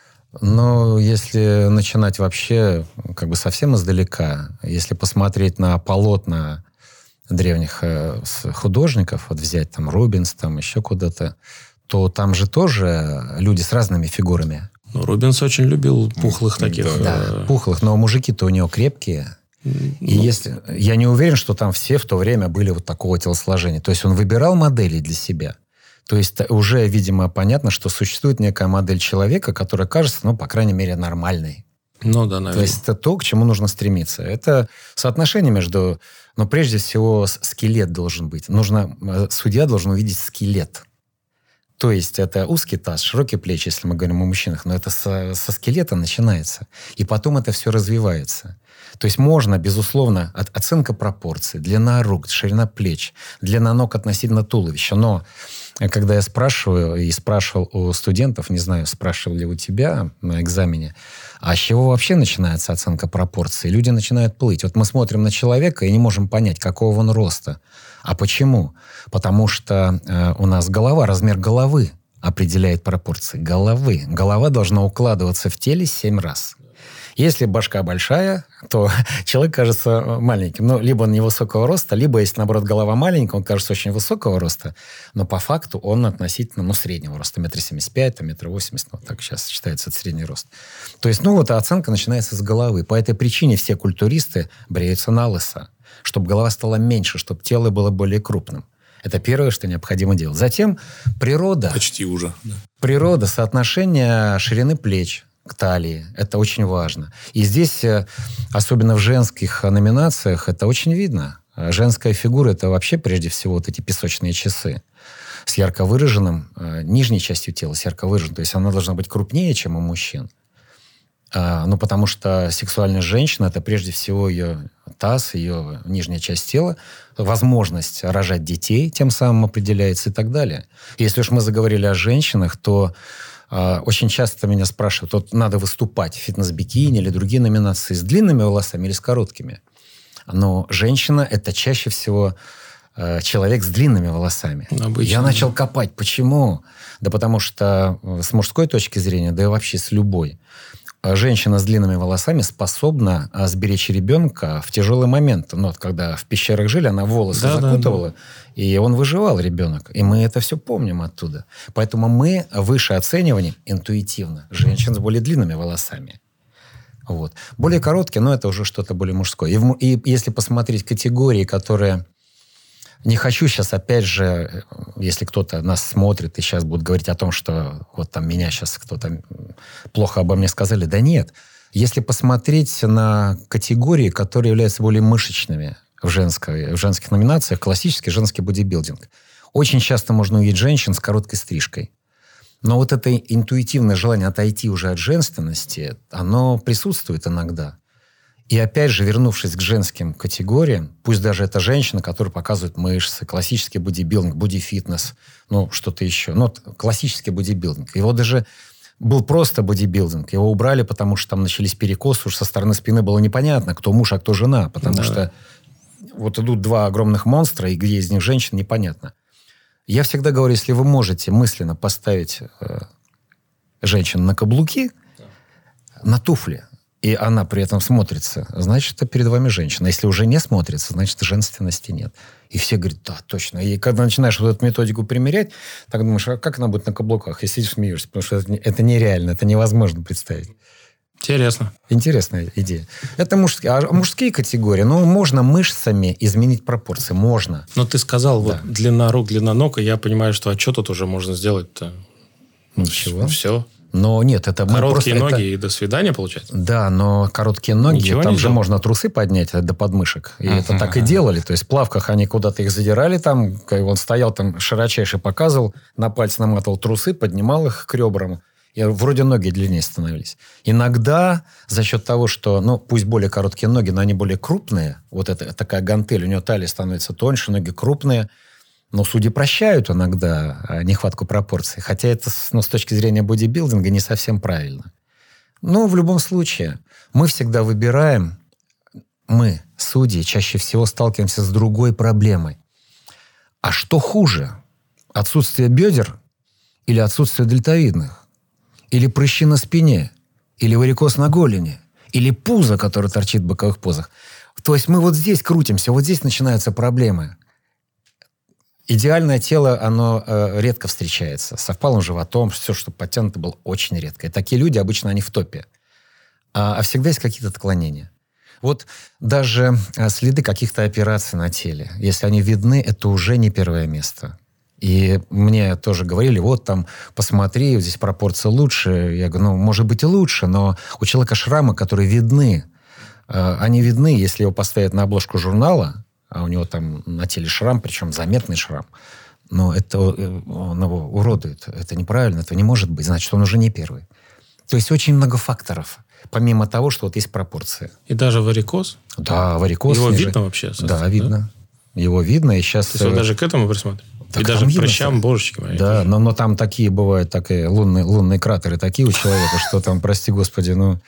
Но если начинать вообще как бы совсем издалека, если посмотреть на полотна древних художников, вот взять там Рубенс, там еще куда-то, то там же тоже люди с разными фигурами. Ну, Рубенс очень любил пухлых таких. Да, пухлых, но мужики-то у него крепкие. И если, я не уверен, что там все в то время были вот такого телосложения. То есть он выбирал модели для себя. То есть уже, видимо, понятно, что существует некая модель человека, которая кажется, ну, по крайней мере, нормальной. Ну, да, наверное. То есть это то, к чему нужно стремиться. Это соотношение между... Но прежде всего скелет должен быть. Судья должен увидеть скелет. То есть это узкий таз, широкие плечи, если мы говорим о мужчинах. Но это со скелета начинается. И потом это все развивается. То есть можно, безусловно, оценка пропорций, длина рук, ширина плеч, длина ног относительно туловища. Но когда я спрашиваю, и спрашивал у студентов, не знаю, спрашивал ли у тебя на экзамене, а с чего вообще начинается оценка пропорций? Люди начинают плыть. Вот мы смотрим на человека и не можем понять, какого он роста. А почему? Потому что у нас голова, размер головы определяет пропорции головы. Голова должна укладываться в теле 7 раз. Если башка большая, то человек кажется маленьким. Ну, либо он невысокого роста, либо, если, наоборот, голова маленькая, он кажется очень высокого роста, но по факту он относительно, среднего роста. 1,75 м, 1,80 м, вот так сейчас считается это средний рост. То есть, оценка начинается с головы. По этой причине все культуристы бреются налысо, чтобы голова стала меньше, чтобы тело было более крупным. Это первое, что необходимо делать. Затем природа. Почти уже. Да. Природа, соотношение ширины плеч к талии. Это очень важно. И здесь, особенно в женских номинациях, это очень видно. Женская фигура – это вообще, прежде всего, вот эти песочные часы с ярко выраженным, нижней частью тела, с ярко выраженным. То есть она должна быть крупнее, чем у мужчин. Потому что сексуальная женщина – это прежде всего ее таз, ее нижняя часть тела, возможность рожать детей тем самым определяется и так далее. Если уж мы заговорили о женщинах, то очень часто меня спрашивают, вот надо выступать в фитнес-бикини или другие номинации с длинными волосами или с короткими. Но женщина – это чаще всего человек с длинными волосами. Обычно. Я начал копать. Почему? Да потому что с мужской точки зрения, да и вообще с любой, женщина с длинными волосами способна сберечь ребенка в тяжелый момент. Когда в пещерах жили, она волосы закутывала, и он выживал, ребенок. И мы это все помним оттуда. Поэтому мы выше оцениваем интуитивно женщин с более длинными волосами. Вот. Более короткие, это уже что-то более мужское. И если посмотреть категории, которые... Не хочу сейчас, опять же, если кто-то нас смотрит и сейчас будет говорить о том, что вот там меня сейчас кто-то плохо обо мне сказали. Да нет. Если посмотреть на категории, которые являются более мышечными в женских номинациях, классический женский бодибилдинг. Очень часто можно увидеть женщин с короткой стрижкой. Но вот это интуитивное желание отойти уже от женственности, оно присутствует иногда. И опять же, вернувшись к женским категориям, пусть даже это женщина, которая показывает мышцы, классический бодибилдинг, бодифитнес, что-то еще. Классический бодибилдинг. Его даже был просто бодибилдинг. Его убрали, потому что там начались перекосы. Уж со стороны спины было непонятно, кто муж, а кто жена. Потому что вот идут два огромных монстра, и где из них женщина, непонятно. Я всегда говорю, если вы можете мысленно поставить женщину на каблуки, на туфли, и она при этом смотрится, значит, это перед вами женщина. Если уже не смотрится, значит, женственности нет. И все говорят, да, точно. И когда начинаешь вот эту методику примерять, так думаешь, а как она будет на каблуках? И сидишь, смеешься, потому что это нереально, это невозможно представить. Интересно. Интересная идея. Это мужские. А мужские категории, можно мышцами изменить пропорции. Можно. Но ты сказал, вот длина рук, длина ног, и я понимаю, что что тут уже можно сделать-то? Ничего. Все. Но нет, это... Короткие ноги и до свидания, получается? Да, но короткие ноги, ничего там не же можно трусы поднять до подмышек. И это так и делали. То есть в плавках они куда-то их задирали там. Он стоял там широчайше, показывал, на пальцы наматывал трусы, поднимал их к ребрам. И вроде ноги длиннее становились. Иногда за счет того, что, ну, пусть более короткие ноги, но они более крупные, вот это такая гантель, у него талия становится тоньше, ноги крупные, но судьи прощают иногда нехватку пропорций. Хотя это, ну, с точки зрения бодибилдинга не совсем правильно. Но в любом случае мы всегда выбираем, мы, судьи, чаще всего сталкиваемся с другой проблемой. А что хуже? Отсутствие бедер или отсутствие дельтовидных? Или прыщи на спине? Или варикоз на голени? Или пузо, которое торчит в боковых позах? То есть мы вот здесь крутимся, вот здесь начинаются проблемы. Идеальное тело, оно редко встречается. С впалым животом, все, что подтянуто, было очень редко. И такие люди обычно, они в топе. А всегда есть какие-то отклонения. Вот даже следы каких-то операций на теле, если они видны, это уже не первое место. И мне тоже говорили, вот там, посмотри, вот здесь пропорции лучше. Я говорю, ну, может быть и лучше, но у человека шрамы, которые видны, они видны, если его поставят на обложку журнала, а у него там на теле шрам, причем заметный шрам, но это он его уродует. Это неправильно, это не может быть, значит, он уже не первый. То есть очень много факторов, помимо того, что вот есть пропорции. И даже варикоз? Да, варикоз. Его видно вообще? Да, видно. Его видно, и сейчас... То есть вы даже к этому присмотрите? И даже к прыщам, божечки мои. Да, но там такие бывают, такие лунные кратеры такие у человека, что там, прости господи, ну...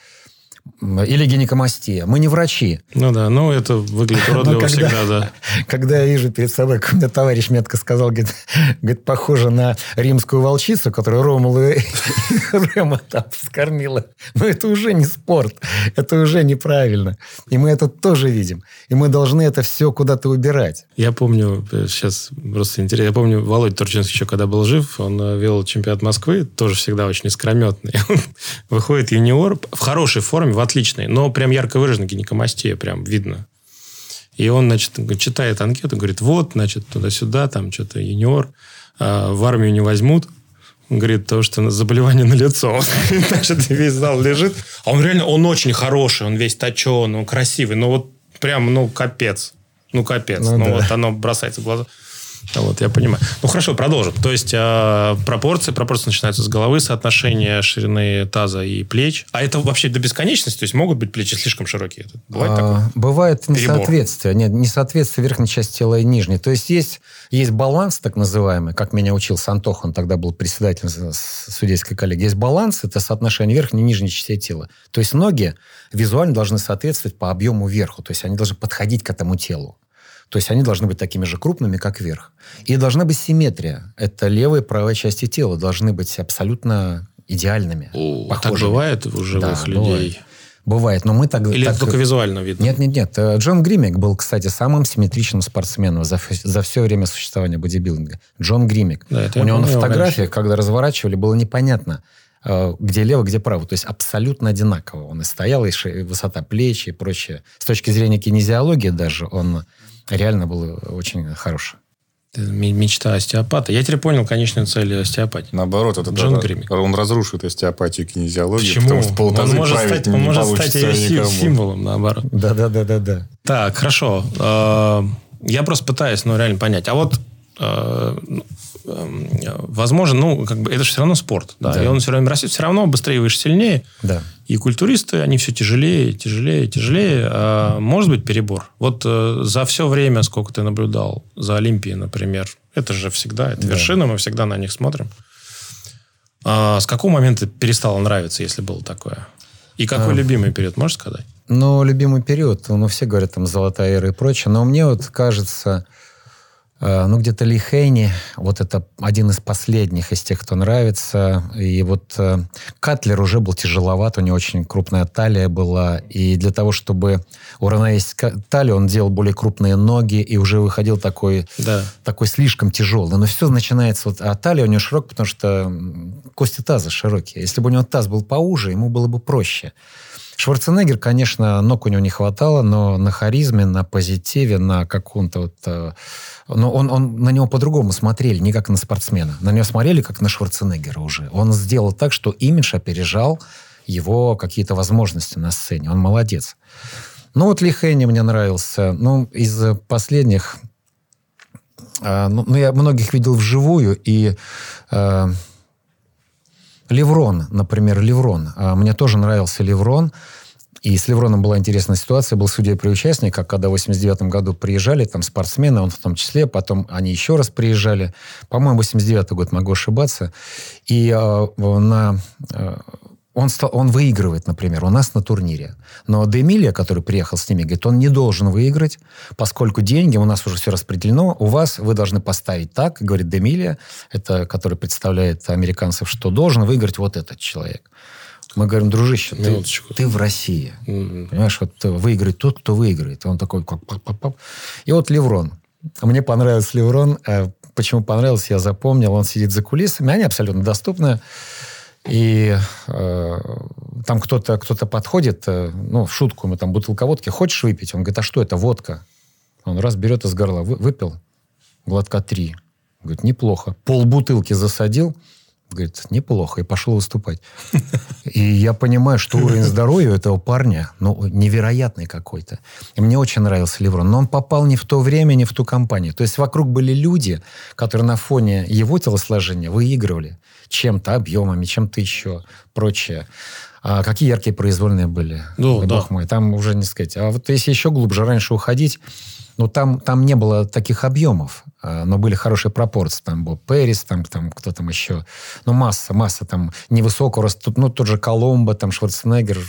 Или гинекомастия. Мы не врачи. Ну да, ну это выглядит уродливо всегда, да. Когда я вижу перед собой, как мне товарищ метко сказал, говорит, похоже на римскую волчицу, которую Ромулу и Рема там вскормила. Но это уже не спорт. Это уже неправильно. И мы это тоже видим. И мы должны это все куда-то убирать. Я помню, сейчас просто интересно, я помню, Володя Турчинский еще когда был жив, он вел чемпионат Москвы, тоже всегда очень искрометный. Выходит юниор в хорошей форме, в отличной, но прям ярко выраженная гинекомастия, прям видно. И он, значит, читает анкету, говорит, вот, значит, туда-сюда, там что-то юниор, в армию не возьмут. Он говорит, потому что заболевание на лицо. Значит, весь зал лежит. А он реально, он очень хороший, он весь точеный, он красивый, но вот прям, ну, капец. Ну, капец. Ну, да. Вот оно бросается в глаза. Вот, я понимаю. Ну, хорошо, продолжим. То есть, пропорции начинаются с головы, соотношение ширины таза и плеч. А это вообще до бесконечности? То есть, могут быть плечи слишком широкие? Бывает такое? Бывает несоответствие. Нет, несоответствие верхней части тела и нижней. То есть, есть баланс, так называемый, как меня учил Сантох, он тогда был председателем судейской коллегии. Есть баланс, это соотношение верхней и нижней частей тела. То есть, ноги визуально должны соответствовать по объему верху. То есть, они должны подходить к этому телу. То есть они должны быть такими же крупными, как верх. И должна быть симметрия. Это левая и правая части тела должны быть абсолютно идеальными. Так бывает у живых людей? Бывает, но мы так... Или это только визуально видно? Нет. Джон Гриммик был, кстати, самым симметричным спортсменом за все время существования бодибилдинга. Джон Гриммик. Да, у него на фотографиях, когда разворачивали, было непонятно, где лево, где право. То есть абсолютно одинаково. Он и стоял, и высота плеч, и прочее. С точки зрения кинезиологии даже он... реально было очень хороший. Мечта остеопата. Я теперь понял конечную цель остеопатии. Наоборот, это Джон Гриммик. Он разрушит остеопатию и кинезиологию. Почему? Потому что полтазы править не может стать ее символом, наоборот. Да. Так, хорошо. Я просто пытаюсь, реально понять. А вот возможно, это же все равно спорт. Да? И он все время растет. Все равно быстрее, выше, сильнее. Да. И культуристы, они все тяжелее. Может быть перебор? Вот за все время, сколько ты наблюдал за Олимпией, например, это же всегда, это вершина, мы всегда на них смотрим. С какого момента перестало нравиться, если было такое? И какой любимый период, можешь сказать? Любимый период, все говорят, там, золотая эра и прочее, но мне вот кажется... где-то Ли Хейни, вот это один из последних из тех, кто нравится. И вот Катлер уже был тяжеловат, у него очень крупная талия была. И для того, чтобы уравновесить талию, он делал более крупные ноги и уже выходил такой слишком тяжелый. Но все начинается... А талия у него широкая, потому что кости таза широкие. Если бы у него таз был поуже, ему было бы проще. Шварценеггер, конечно, ног у него не хватало, но на харизме, на позитиве, на каком-то он на него по-другому смотрели, не как на спортсмена. На него смотрели, как на Шварценеггера уже. Он сделал так, что имидж опережал его какие-то возможности на сцене. Он молодец. Ли Хейни мне нравился. Из последних... я многих видел вживую, и... Леврон, например, Леврон. Мне тоже нравился Леврон. И с Левроном была интересная ситуация. Был судьей-приучастник, когда в 89 году приезжали там спортсмены, он в том числе, потом они еще раз приезжали. По-моему, 89 год, могу ошибаться. И он выигрывает, например, у нас на турнире. Но Демилия, который приехал с ними, говорит, он не должен выиграть, поскольку деньги, у нас уже все распределено, у вас, вы должны поставить так, говорит Демилия, это который представляет американцев, что должен выиграть вот этот человек. Мы говорим, дружище, ты в России. Понимаешь, вот выиграет тот, кто выиграет. И он такой... И вот Леврон. Мне понравился Леврон. Почему понравился, я запомнил. Он сидит за кулисами. Они абсолютно доступны. И там кто-то подходит, в шутку, мы там бутылка водки. Хочешь выпить? Он говорит, а что это? Водка. Он раз берет из горла. Выпил. Глотка 3. Говорит, неплохо. Полбутылки засадил. Говорит, неплохо, и пошел выступать. И я понимаю, что уровень здоровья у этого парня, невероятный какой-то. И мне очень нравился Леврон. Но он попал не в то время, не в ту компанию. То есть вокруг были люди, которые на фоне его телосложения выигрывали чем-то, объемами, чем-то еще, прочее. А какие яркие произвольные были. Бог мой, там уже не сказать. А вот если еще глубже раньше уходить, там не было таких объемов, но были хорошие пропорции. Там был Пэрис, там кто там еще. Масса там невысокого роста. Тот же Коломбо, там Шварценеггер.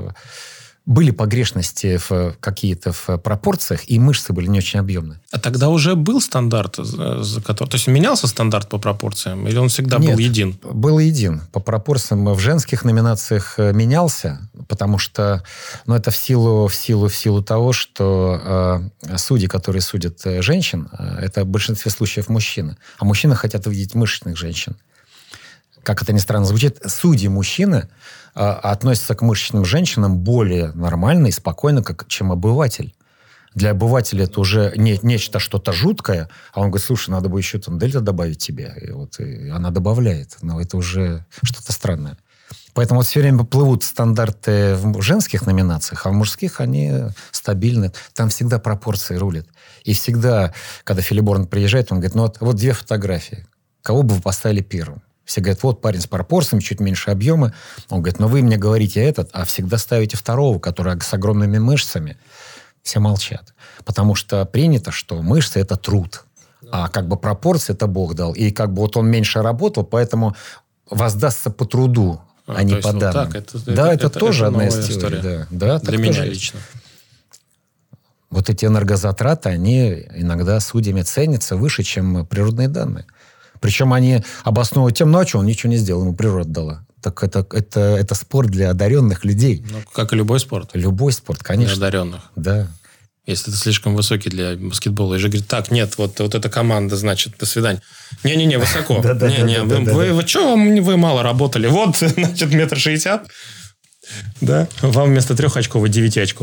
Были погрешности какие-то в пропорциях, и мышцы были не очень объемные. А тогда уже был стандарт, то есть менялся стандарт по пропорциям? Или он всегда был един? Был един. По пропорциям в женских номинациях менялся, потому что это в силу того, что судьи, которые судят женщин, это в большинстве случаев мужчины. А мужчины хотят увидеть мышечных женщин. Как это ни странно звучит, судьи-мужчины относятся к мышечным женщинам более нормально и спокойно, чем обыватель. Для обывателя это уже нечто, что-то жуткое, а он говорит, слушай, надо бы еще там дельта добавить тебе. И она добавляет. Но это уже что-то странное. Поэтому все время плывут стандарты в женских номинациях, а в мужских они стабильны. Там всегда пропорции рулят. И всегда, когда Филиборн приезжает, он говорит, вот 2 фотографии. Кого бы вы поставили первым? Все говорят, вот парень с пропорциями, чуть меньше объема. Он говорит, вы мне говорите этот, а всегда ставите второго, который с огромными мышцами. Все молчат. Потому что принято, что мышцы – это труд. А пропорции – это Бог дал. И он меньше работал, поэтому воздастся по труду, а не по данным. Это тоже одна история. Да, для меня лично. Вот эти энергозатраты, они иногда судьями ценятся выше, чем природные данные. Причем они обосновывают тем, а что он ничего не сделал, ему природа дала. Так это спорт для одаренных людей. Как и любой спорт. Любой спорт, конечно. Для одаренных. Да. Если ты слишком высокий для баскетбола, и же говорит, так, нет, вот эта команда, значит, до свидания. Не-не-не, высоко. Вы что, вы мало работали? Вот, значит, 1,60 м. Да? Вам вместо 3 очков 9 очков,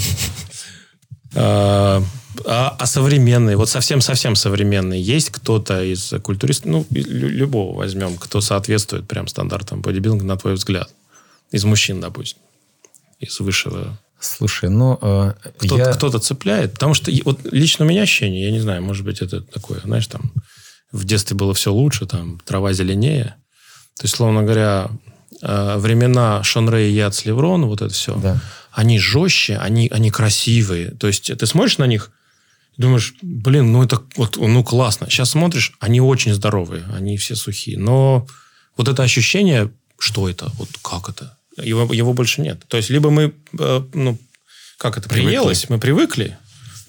пожалуйста. А современные, вот совсем-совсем современные, есть кто-то из культуристов, любого возьмем, кто соответствует прям стандартам бодибилдинга, на твой взгляд? Из мужчин, допустим. Из высшего. Слушай, кто-то цепляет? Потому что вот лично у меня ощущение, я не знаю, может быть, это такое, знаешь, там в детстве было все лучше, там трава зеленее. То есть, словно говоря, времена Шон-Рэй, Яц, Леврон, вот это все, да. Они жестче, они красивые. То есть, ты смотришь на них, думаешь, это классно. Сейчас смотришь, они очень здоровые, они все сухие. Но вот это ощущение, что это, вот как это, его больше нет. То есть, либо мы, приелось, мы привыкли,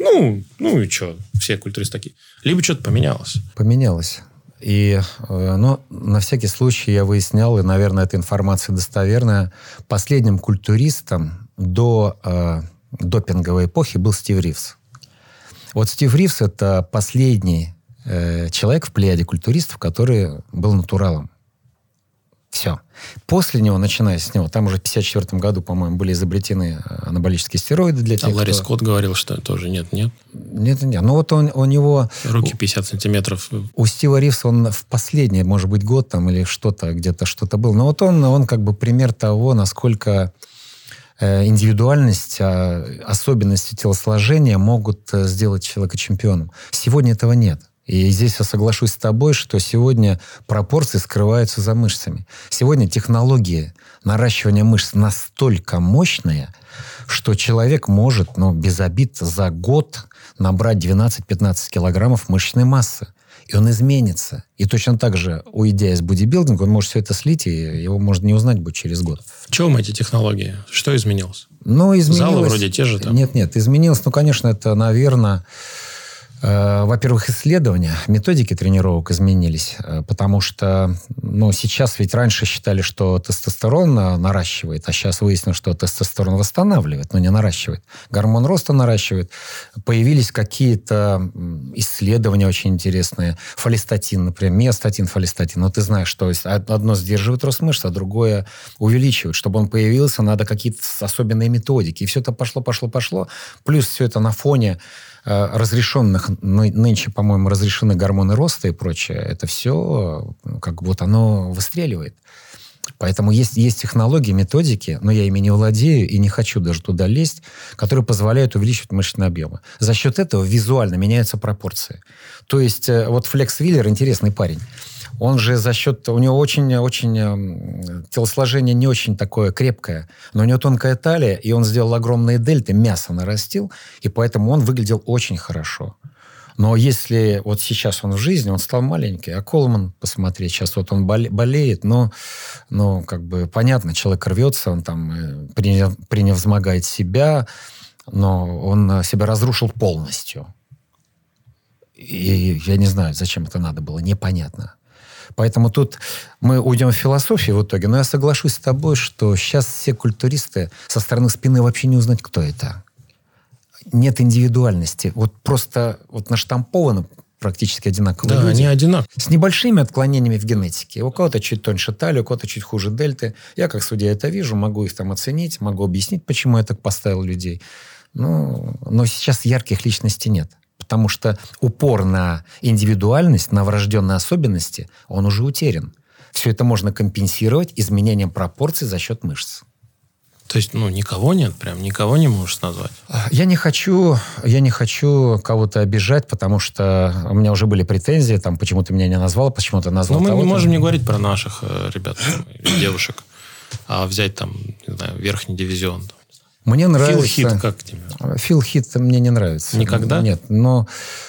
и что, все культуристы такие. Либо что-то поменялось. Поменялось. И, на всякий случай я выяснял, и, наверное, эта информация достоверная, последним культуристом до допинговой эпохи был Стив Ривз. Вот Стив Ривз – это последний человек в плеяде культуристов, который был натуралом. Все. После него, начиная с него, там уже в 1954 году, по-моему, были изобретены анаболические стероиды для тех, Ларри Скотт говорил, что тоже нет. Нет. Вот у него... Руки 50 сантиметров. У Стива Ривза он в последний, может быть, год там или где-то что-то был. Но вот он пример того, насколько индивидуальность, особенности телосложения могут сделать человека чемпионом. Сегодня этого нет. И здесь я соглашусь с тобой, что сегодня пропорции скрываются за мышцами. Сегодня технология наращивания мышц настолько мощная, что человек может, без обид, за год набрать 12-15 килограммов мышечной массы. И он изменится. И точно так же, уйдя из бодибилдинга, он может все это слить, и его можно не узнать будет через год. В чем эти технологии? Что изменилось? Изменилось... Залы вроде те же там? Нет, изменилось. Конечно, это, наверное... Во-первых, исследования, методики тренировок изменились, потому что сейчас ведь раньше считали, что тестостерон наращивает, а сейчас выяснилось, что тестостерон восстанавливает, но не наращивает. Гормон роста наращивает. Появились какие-то исследования очень интересные. Фолистатин, например, миостатин, фолистатин. Ты знаешь, что одно сдерживает рост мышц, а другое увеличивает. Чтобы он появился, надо какие-то особенные методики. И все это пошло. Плюс все это на фоне разрешенных, нынче, по-моему, разрешены гормоны роста и прочее, это все оно выстреливает. Поэтому есть технологии, методики, но я ими не владею и не хочу даже туда лезть, которые позволяют увеличивать мышечные объемы. За счет этого визуально меняются пропорции. То есть Флекс Виллер интересный парень. Он же за счет... У него очень телосложение не очень такое крепкое, но у него тонкая талия, и он сделал огромные дельты, мясо нарастил, и поэтому он выглядел очень хорошо. Но если сейчас он в жизни, он стал маленький, а Колман, посмотри, сейчас он болеет, но понятно, человек рвется, он там превозмогает себя, но он себя разрушил полностью. И я не знаю, зачем это надо было, непонятно. Поэтому тут мы уйдем в философию в итоге. Но я соглашусь с тобой, что сейчас все культуристы со стороны спины вообще не узнать, кто это. Нет индивидуальности. Просто наштамповано практически одинаковые люди. Да, они одинаковые. С небольшими отклонениями в генетике. У кого-то чуть тоньше талия, у кого-то чуть хуже дельты. Я как судья это вижу, могу их там оценить, могу объяснить, почему я так поставил людей. Но сейчас ярких личностей нет. Потому что упор на индивидуальность, на врожденные особенности, он уже утерян. Все это можно компенсировать изменением пропорций за счет мышц. То есть, никого нет, прям никого не можешь назвать? Я не хочу кого-то обижать, потому что у меня уже были претензии, почему ты меня не назвал, почему ты назвал мы кого-то. не можем не говорить про наших ребят, девушек, а взять верхний дивизион. Мне нравится... Фил Хит как тебе? Фил Хит мне не нравится. Никогда? Нет, но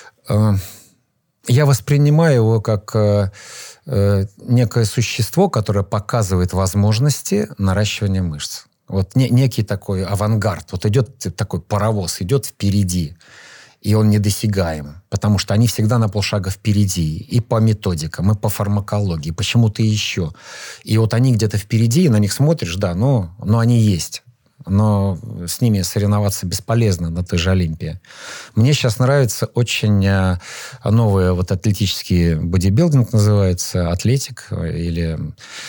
я воспринимаю его как некое существо, которое показывает возможности наращивания мышц. Некий такой авангард. Идет такой паровоз, идет впереди. И он недосягаем. Потому что они всегда на полшага впереди. И по методикам, и по фармакологии, почему-то еще. И они где-то впереди, и на них смотришь, да, но они есть. Но с ними соревноваться бесполезно на той же Олимпии. Мне сейчас нравится очень новый атлетический бодибилдинг называется, атлетик, или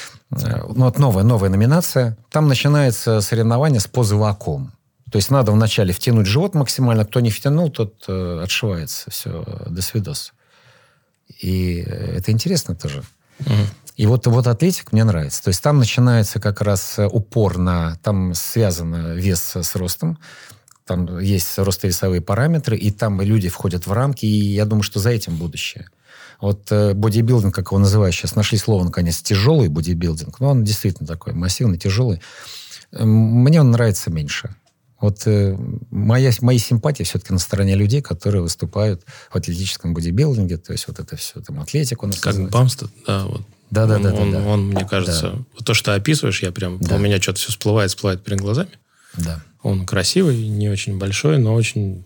новая номинация. Там начинается соревнование с позы вакуум. То есть надо вначале втянуть живот максимально, кто не втянул, тот отшивается. Все, до свидос. И это интересно тоже. И атлетик мне нравится. То есть там начинается как раз упор там связано вес с ростом, там есть ростовесовые параметры, и там люди входят в рамки, и я думаю, что за этим будущее. Бодибилдинг, как его называют сейчас, нашли слово, наконец, тяжелый бодибилдинг, но он действительно такой массивный, тяжелый. Мне он нравится меньше. Мои симпатии все-таки на стороне людей, которые выступают в атлетическом бодибилдинге, то есть это все, атлетику. Как Бамстед, да, Да. Он, мне кажется, то, что описываешь, у меня что-то все всплывает перед глазами. Да. Он красивый, не очень большой, но очень,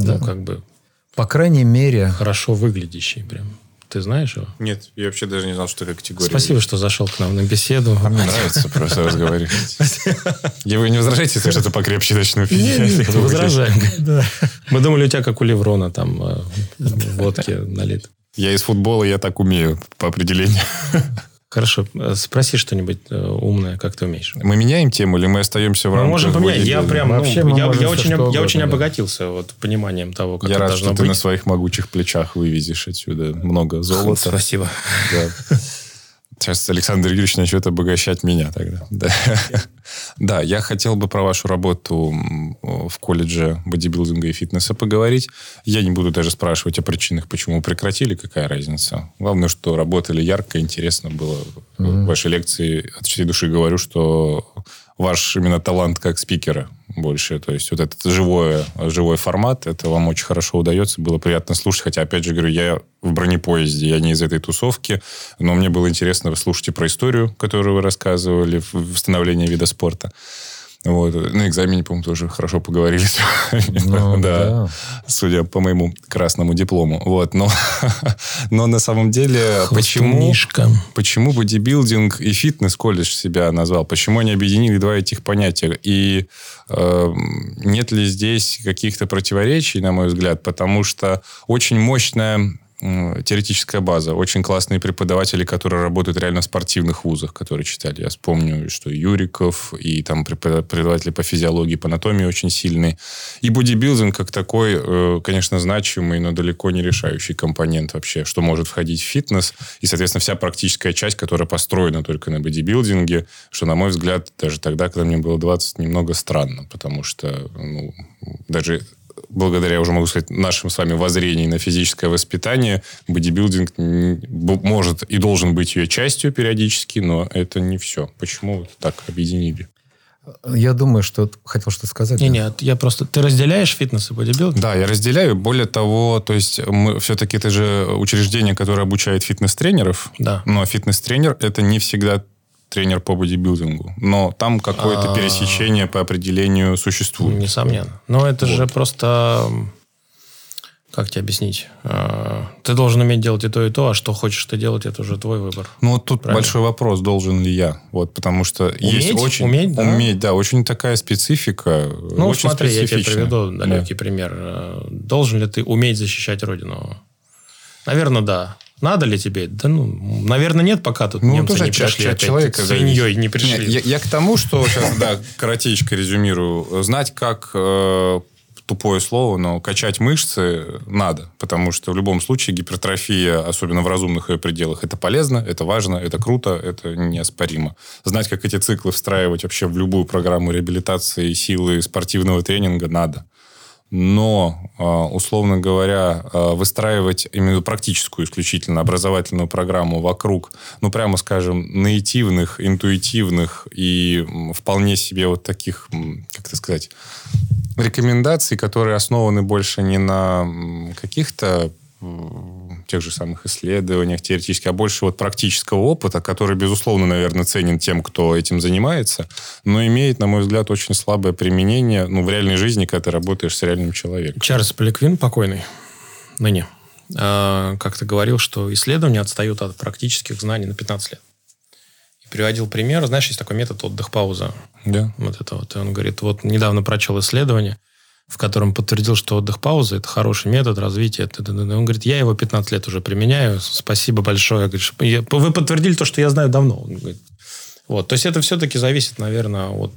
по крайней мере... хорошо выглядящий прям. Ты знаешь его? Нет, я вообще даже не знал, что это категория. Спасибо, что зашел к нам на беседу. Мне нравится просто разговаривать. Вы не возражаете, если что-то покрепче начну пить? Нет, возражаем. Мы думали, у тебя как у Леврона там водки налит. Я из футбола, я так умею, по определению. Хорошо. Спроси что-нибудь умное, как ты умеешь. Мы меняем тему или мы остаемся в рамках? Мы можем поменять. Я прям, я очень да. обогатился пониманием того, как я это рад, должно что быть. ты на своих могучих плечах вывезешь отсюда много золота. Спасибо. Да. Сейчас Александр Юрьевич начнет обогащать меня тогда. Да, я хотел бы про вашу работу в колледже бодибилдинга и фитнеса поговорить. Я не буду даже спрашивать о причинах, почему прекратили, какая разница. Главное, что работали ярко, интересно было. В вашей лекции от всей души говорю, что ваш именно талант как спикера больше. То есть вот этот живой формат, это вам очень хорошо удается. Было приятно слушать. Хотя, опять же, говорю, я в бронепоезде, я не из этой тусовки. Но мне было интересно слушать и про историю, которую вы рассказывали, в становлении вида спорта. Вот. На экзамене, по-моему, тоже хорошо поговорили. Да. Судя по моему красному диплому. Вот. Но на самом деле, почему бодибилдинг и фитнес-колледж себя назвал? Почему они объединили два этих понятия? И нет ли здесь каких-то противоречий, на мой взгляд? Потому что очень мощная теоретическая база. Очень классные преподаватели, которые работают реально в спортивных вузах, которые читали. Я вспомню, что Юриков, и там преподаватели по физиологии, по анатомии очень сильные. И бодибилдинг как такой, конечно, значимый, но далеко не решающий компонент вообще, что может входить в фитнес. И, соответственно, вся практическая часть, которая построена только на бодибилдинге, что, на мой взгляд, даже тогда, когда мне было 20, немного странно. Потому что, даже благодаря, уже могу сказать, нашим с вами воззрениям на физическое воспитание, бодибилдинг может и должен быть ее частью периодически, но это не все. Почему вот так объединили? Я думаю, что... Хотел что-то сказать. Нет, я просто... Ты разделяешь фитнес и бодибилдинг? Да, я разделяю. Более того, то есть все-таки это же учреждение, которое обучает фитнес-тренеров. Да. Но фитнес-тренер это не всегда тренер по бодибилдингу. Но там какое-то пересечение по определению существует. Несомненно. Но это же просто... Как тебе объяснить? Ты должен уметь делать и то, а что хочешь ты делать, это уже твой выбор. Ну, вот тут правильно? Большой вопрос, должен ли я. Вот, потому что есть очень... Уметь, да, очень такая специфика. Ну, очень смотри, я тебе приведу далекий пример. Должен ли ты уметь защищать Родину? Наверное, да. Надо ли тебе? Да, наверное, нет, пока тут немцы не пришли. Опять свиньей не пришли. Я к тому, что сейчас, да, коротечко резюмирую. Знать, как тупое слово, но качать мышцы надо. Потому что в любом случае гипертрофия, особенно в разумных ее пределах, это полезно, это важно, это круто, это неоспоримо. Знать, как эти циклы встраивать вообще в любую программу реабилитации, силы спортивного тренинга надо. Но, условно говоря, выстраивать именно практическую, исключительно образовательную программу вокруг, прямо скажем, наитивных, интуитивных и вполне себе вот таких, как это сказать, рекомендаций, которые основаны больше не на каких-то тех же самых исследованиях теоретически, а больше вот практического опыта, который, безусловно, наверное, ценен тем, кто этим занимается, но имеет, на мой взгляд, очень слабое применение в реальной жизни, когда ты работаешь с реальным человеком. Чарльз Поликвин, покойный, ныне, как-то говорил, что исследования отстают от практических знаний на 15 лет. И приводил пример. Знаешь, есть такой метод отдых-пауза. Да. Вот это вот. И он говорит, вот недавно прочел исследование, в котором подтвердил, что отдых-пауза – это хороший метод развития. Он говорит, я его 15 лет уже применяю, спасибо большое. Вы подтвердили то, что я знаю давно. Он говорит, вот. То есть, это все-таки зависит, наверное, от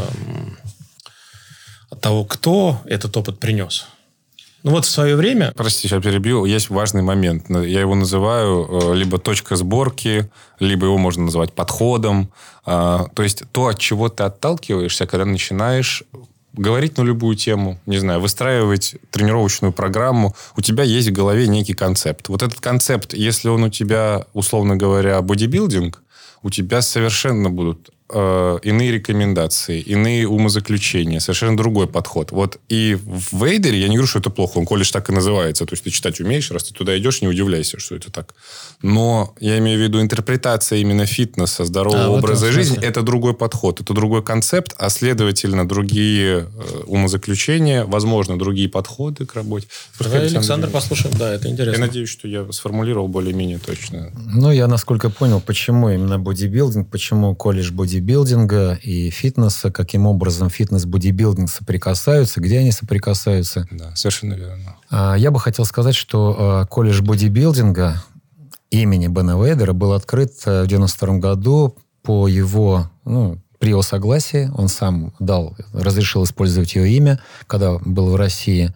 того, кто этот опыт принес. В свое время... Прости, сейчас перебью. Есть важный момент. Я его называю либо точка сборки, либо его можно называть подходом. То есть, то, от чего ты отталкиваешься, когда начинаешь говорить на любую тему, не знаю, выстраивать тренировочную программу, у тебя есть в голове некий концепт. Вот этот концепт, если он у тебя, условно говоря, бодибилдинг, у тебя совершенно будут иные рекомендации, иные умозаключения, совершенно другой подход. Вот и в Вейдере, я не говорю, что это плохо, он колледж так и называется, то есть ты читать умеешь, раз ты туда идешь, не удивляйся, что это так. Но я имею в виду интерпретация именно фитнеса, здорового образа жизни, это другой подход, это другой концепт, а следовательно, другие умозаключения, возможно, другие подходы к работе. Давай, Александр, послушаем, да, это интересно. Я надеюсь, что я сформулировал более-менее точно. Я, насколько понял, почему именно бодибилдинг, почему колледж бодибилдинга и фитнеса, каким образом фитнес-бодибилдинг соприкасаются, где они соприкасаются. Да, совершенно верно. Я бы хотел сказать, что колледж бодибилдинга имени Бена Вейдера был открыт в 1992 году по его, при его согласии. Он сам разрешил использовать его имя, когда был в России.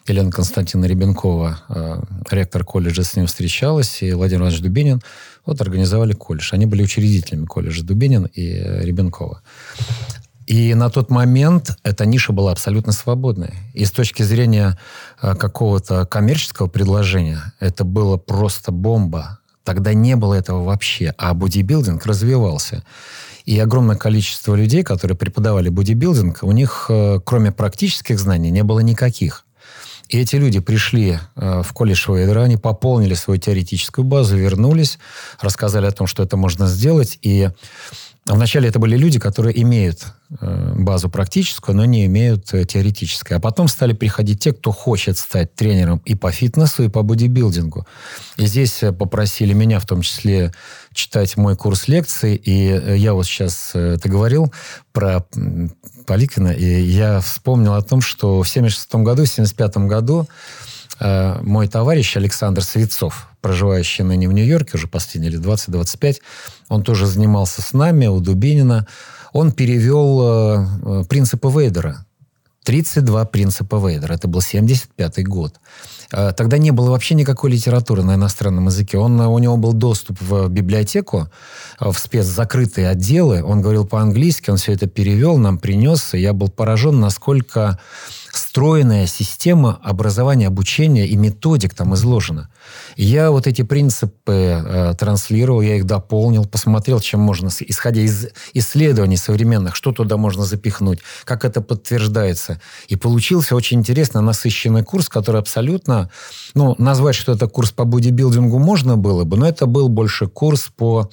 Елена Константиновна Ребенкова, ректор колледжа, с ним встречалась, и Владимир Иванович Дубинин организовали колледж. Они были учредителями колледжа, Дубинин и Ребенкова. И на тот момент эта ниша была абсолютно свободной. И с точки зрения какого-то коммерческого предложения это было просто бомба. Тогда не было этого вообще, а бодибилдинг развивался. И огромное количество людей, которые преподавали бодибилдинг, у них, кроме практических знаний, не было никаких. И эти люди пришли в колледж Вейдера, они пополнили свою теоретическую базу, вернулись, рассказали о том, что это можно сделать. И вначале это были люди, которые имеют базу практическую, но не имеют теоретической. А потом стали приходить те, кто хочет стать тренером и по фитнесу, и по бодибилдингу. И здесь попросили меня, в том числе, читать мой курс лекций. И я вот сейчас, ты говорил про Поликина, и я вспомнил о том, что в 1976 году, в 1975 году мой товарищ Александр Свицов, проживающий ныне в Нью-Йорке, уже последние лет 20-25, он тоже занимался с нами, у Дубинина. Он перевел принципы Вейдера. 32 принципа Вейдера. Это был 1975 год. Тогда не было вообще никакой литературы на иностранном языке. У него был доступ в библиотеку, в спецзакрытые отделы. Он говорил по-английски, он все это перевел, нам принес. И я был поражен, насколько стройная система образования, обучения и методик там изложена. И я вот эти принципы транслировал, я их дополнил, посмотрел, чем можно, исходя из исследований современных, что туда можно запихнуть, как это подтверждается. И получился очень интересно насыщенный курс, который абсолютно... назвать, что это курс по бодибилдингу можно было бы, но это был больше курс по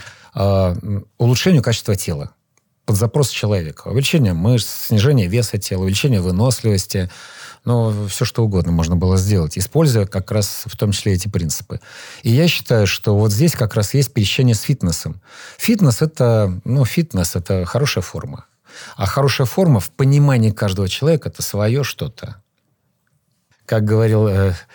улучшению качества тела. Под запрос человека. Увеличение мышц, снижение веса тела, увеличение выносливости. Все что угодно можно было сделать, используя как раз в том числе эти принципы. И я считаю, что вот здесь как раз есть пересечение с фитнесом. Фитнес это хорошая форма. А хорошая форма в понимании каждого человека это свое что-то. Как говорил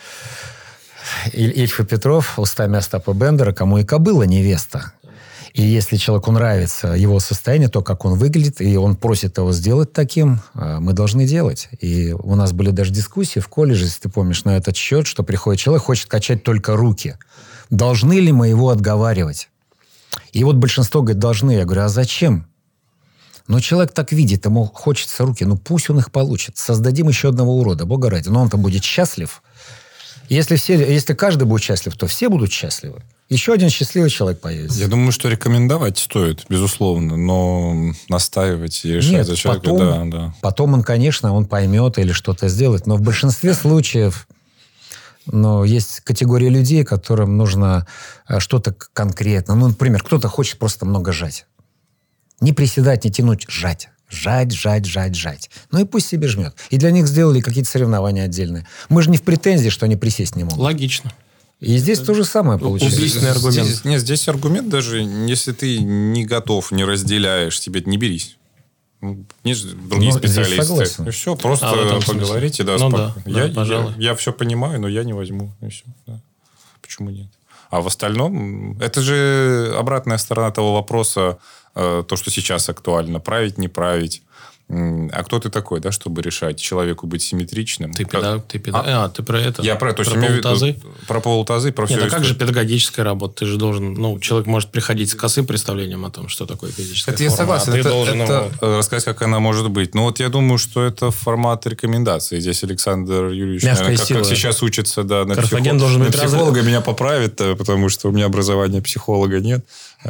Ильф Петров устами Остапа Бендера, кому и кобыла невеста. И если человеку нравится его состояние, то, как он выглядит, и он просит его сделать таким, мы должны делать. И у нас были даже дискуссии в колледже, если ты помнишь, на этот счет, что приходит человек, хочет качать только руки. Должны ли мы его отговаривать? И вот большинство говорит, должны. Я говорю, а зачем? Человек так видит, ему хочется руки. Пусть он их получит. Создадим еще одного урода, Бога ради. Но он-то будет счастлив. Если каждый будет счастлив, то все будут счастливы. Еще один счастливый человек появится. Я думаю, что рекомендовать стоит, безусловно, но настаивать и решать за человека, Потом он, конечно, он поймет или что-то сделает, но в большинстве случаев есть категория людей, которым нужно что-то конкретно. Например, кто-то хочет просто много жать. Не приседать, не тянуть, жать. Жать. И пусть себе жмет. И для них сделали какие-то соревнования отдельные. Мы же не в претензии, что они присесть не могут. Логично. И здесь то же самое получается. Убийственный аргумент. Здесь аргумент даже, если ты не готов, не разделяешь, тебе не берись. Есть другие специалисты. И все, просто поговорите. Пожалуй. Я все понимаю, но я не возьму. И все. Да. Почему нет? А в остальном, это же обратная сторона того вопроса, то, что сейчас актуально. Править, не править. А кто ты такой, чтобы решать человеку быть симметричным? Ты педагог. Ты про это? Я про полутазы? Про полутазы, про все. Нет, как же педагогическая работа? Ты же должен... человек может приходить с косым представлением о том, что такое физическая форма. Я согласен. Ты должен рассказать, как она может быть. Я думаю, что это формат рекомендаций. Здесь Александр Юрьевич, наверное, как сейчас учится на психолога, меня поправит, потому что у меня образования психолога нет.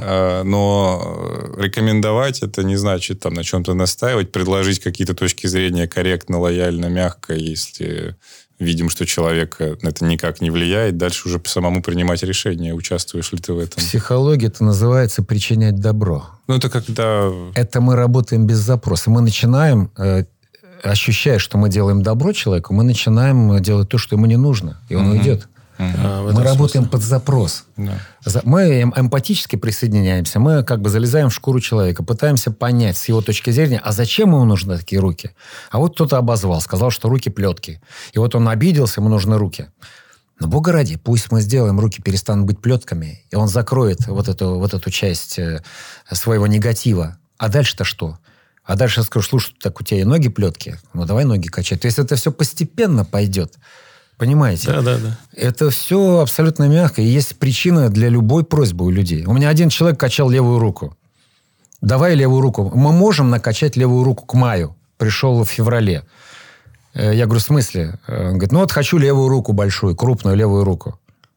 Но рекомендовать это не значит на чем-то настаивать, предложить какие-то точки зрения корректно, лояльно, мягко, если видим, что человек это никак не влияет, дальше уже самому принимать решение, участвуешь ли ты в этом. В психологии это называется причинять добро. Это когда... Это мы работаем без запроса. Мы начинаем, ощущая, что мы делаем добро человеку, мы начинаем делать то, что ему не нужно, и он уйдет. Мы работаем под запрос. Да. Мы эмпатически присоединяемся. Мы залезаем в шкуру человека, пытаемся понять с его точки зрения, а зачем ему нужны такие руки? А вот кто-то обозвал, сказал, что руки плетки. И вот он обиделся, ему нужны руки. Но, Бога ради, пусть мы сделаем, руки перестанут быть плетками, и он закроет вот эту часть своего негатива. А дальше-то что? А дальше я скажу, слушай, так у тебя и ноги плетки, ну давай ноги качать. То есть это все постепенно пойдет. Понимаете? Да. Это все абсолютно мягко. И есть причина для любой просьбы у людей. У меня один человек качал левую руку. Давай левую руку. Мы можем накачать левую руку к маю. Пришел в феврале. Я говорю, в смысле? Он говорит, ну вот хочу левую руку большую, крупную левую руку.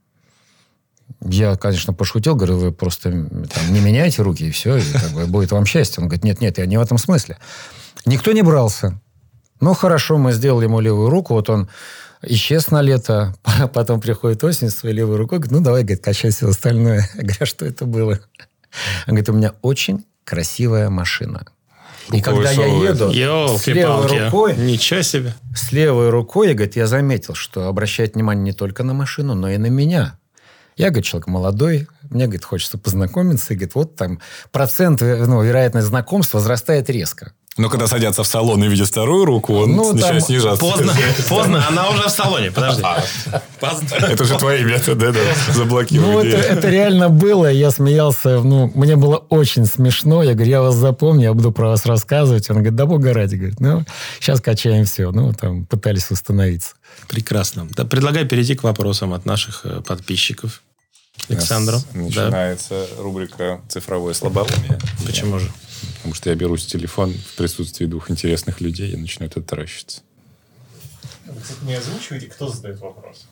Я, конечно, пошутил, говорю, вы просто там, не меняйте руки, и все, и как бы будет вам счастье. Он говорит, нет, я не в этом смысле. Никто не брался. Ну, хорошо, мы сделали ему левую руку, вот он исчез на лето, потом приходит осень с своей левой рукой, говорит, ну, давай, говорит, качай все остальное. Я говорю, а что это было? Он говорит, у меня очень красивая машина. И когда я еду с левой рукой... Ничего себе. С левой рукой, говорит, я заметил, что обращает внимание не только на машину, но и на меня. Я, говорит, человек молодой, мне, говорит, хочется познакомиться. И, говорит, вот там процент, вероятность знакомства возрастает резко. Но когда садятся в салон и видят вторую руку, он начинает снижаться. Поздно, она уже в салоне, подожди. Это же твои методы, да, заблокировать. Это реально было, я смеялся, мне было очень смешно. Я говорю, я вас запомню, я буду про вас рассказывать. Он говорит, да бога ради, говорит, сейчас качаем все. Там пытались установиться. Прекрасно. Да, предлагаю перейти к вопросам от наших подписчиков. Александру. Начинается рубрика «Цифровое слабоумие». Почему же? Потому что я беру телефон в присутствии двух интересных людей и начинаю это таращиться. Вы, кстати, не озвучиваете, кто задает вопрос?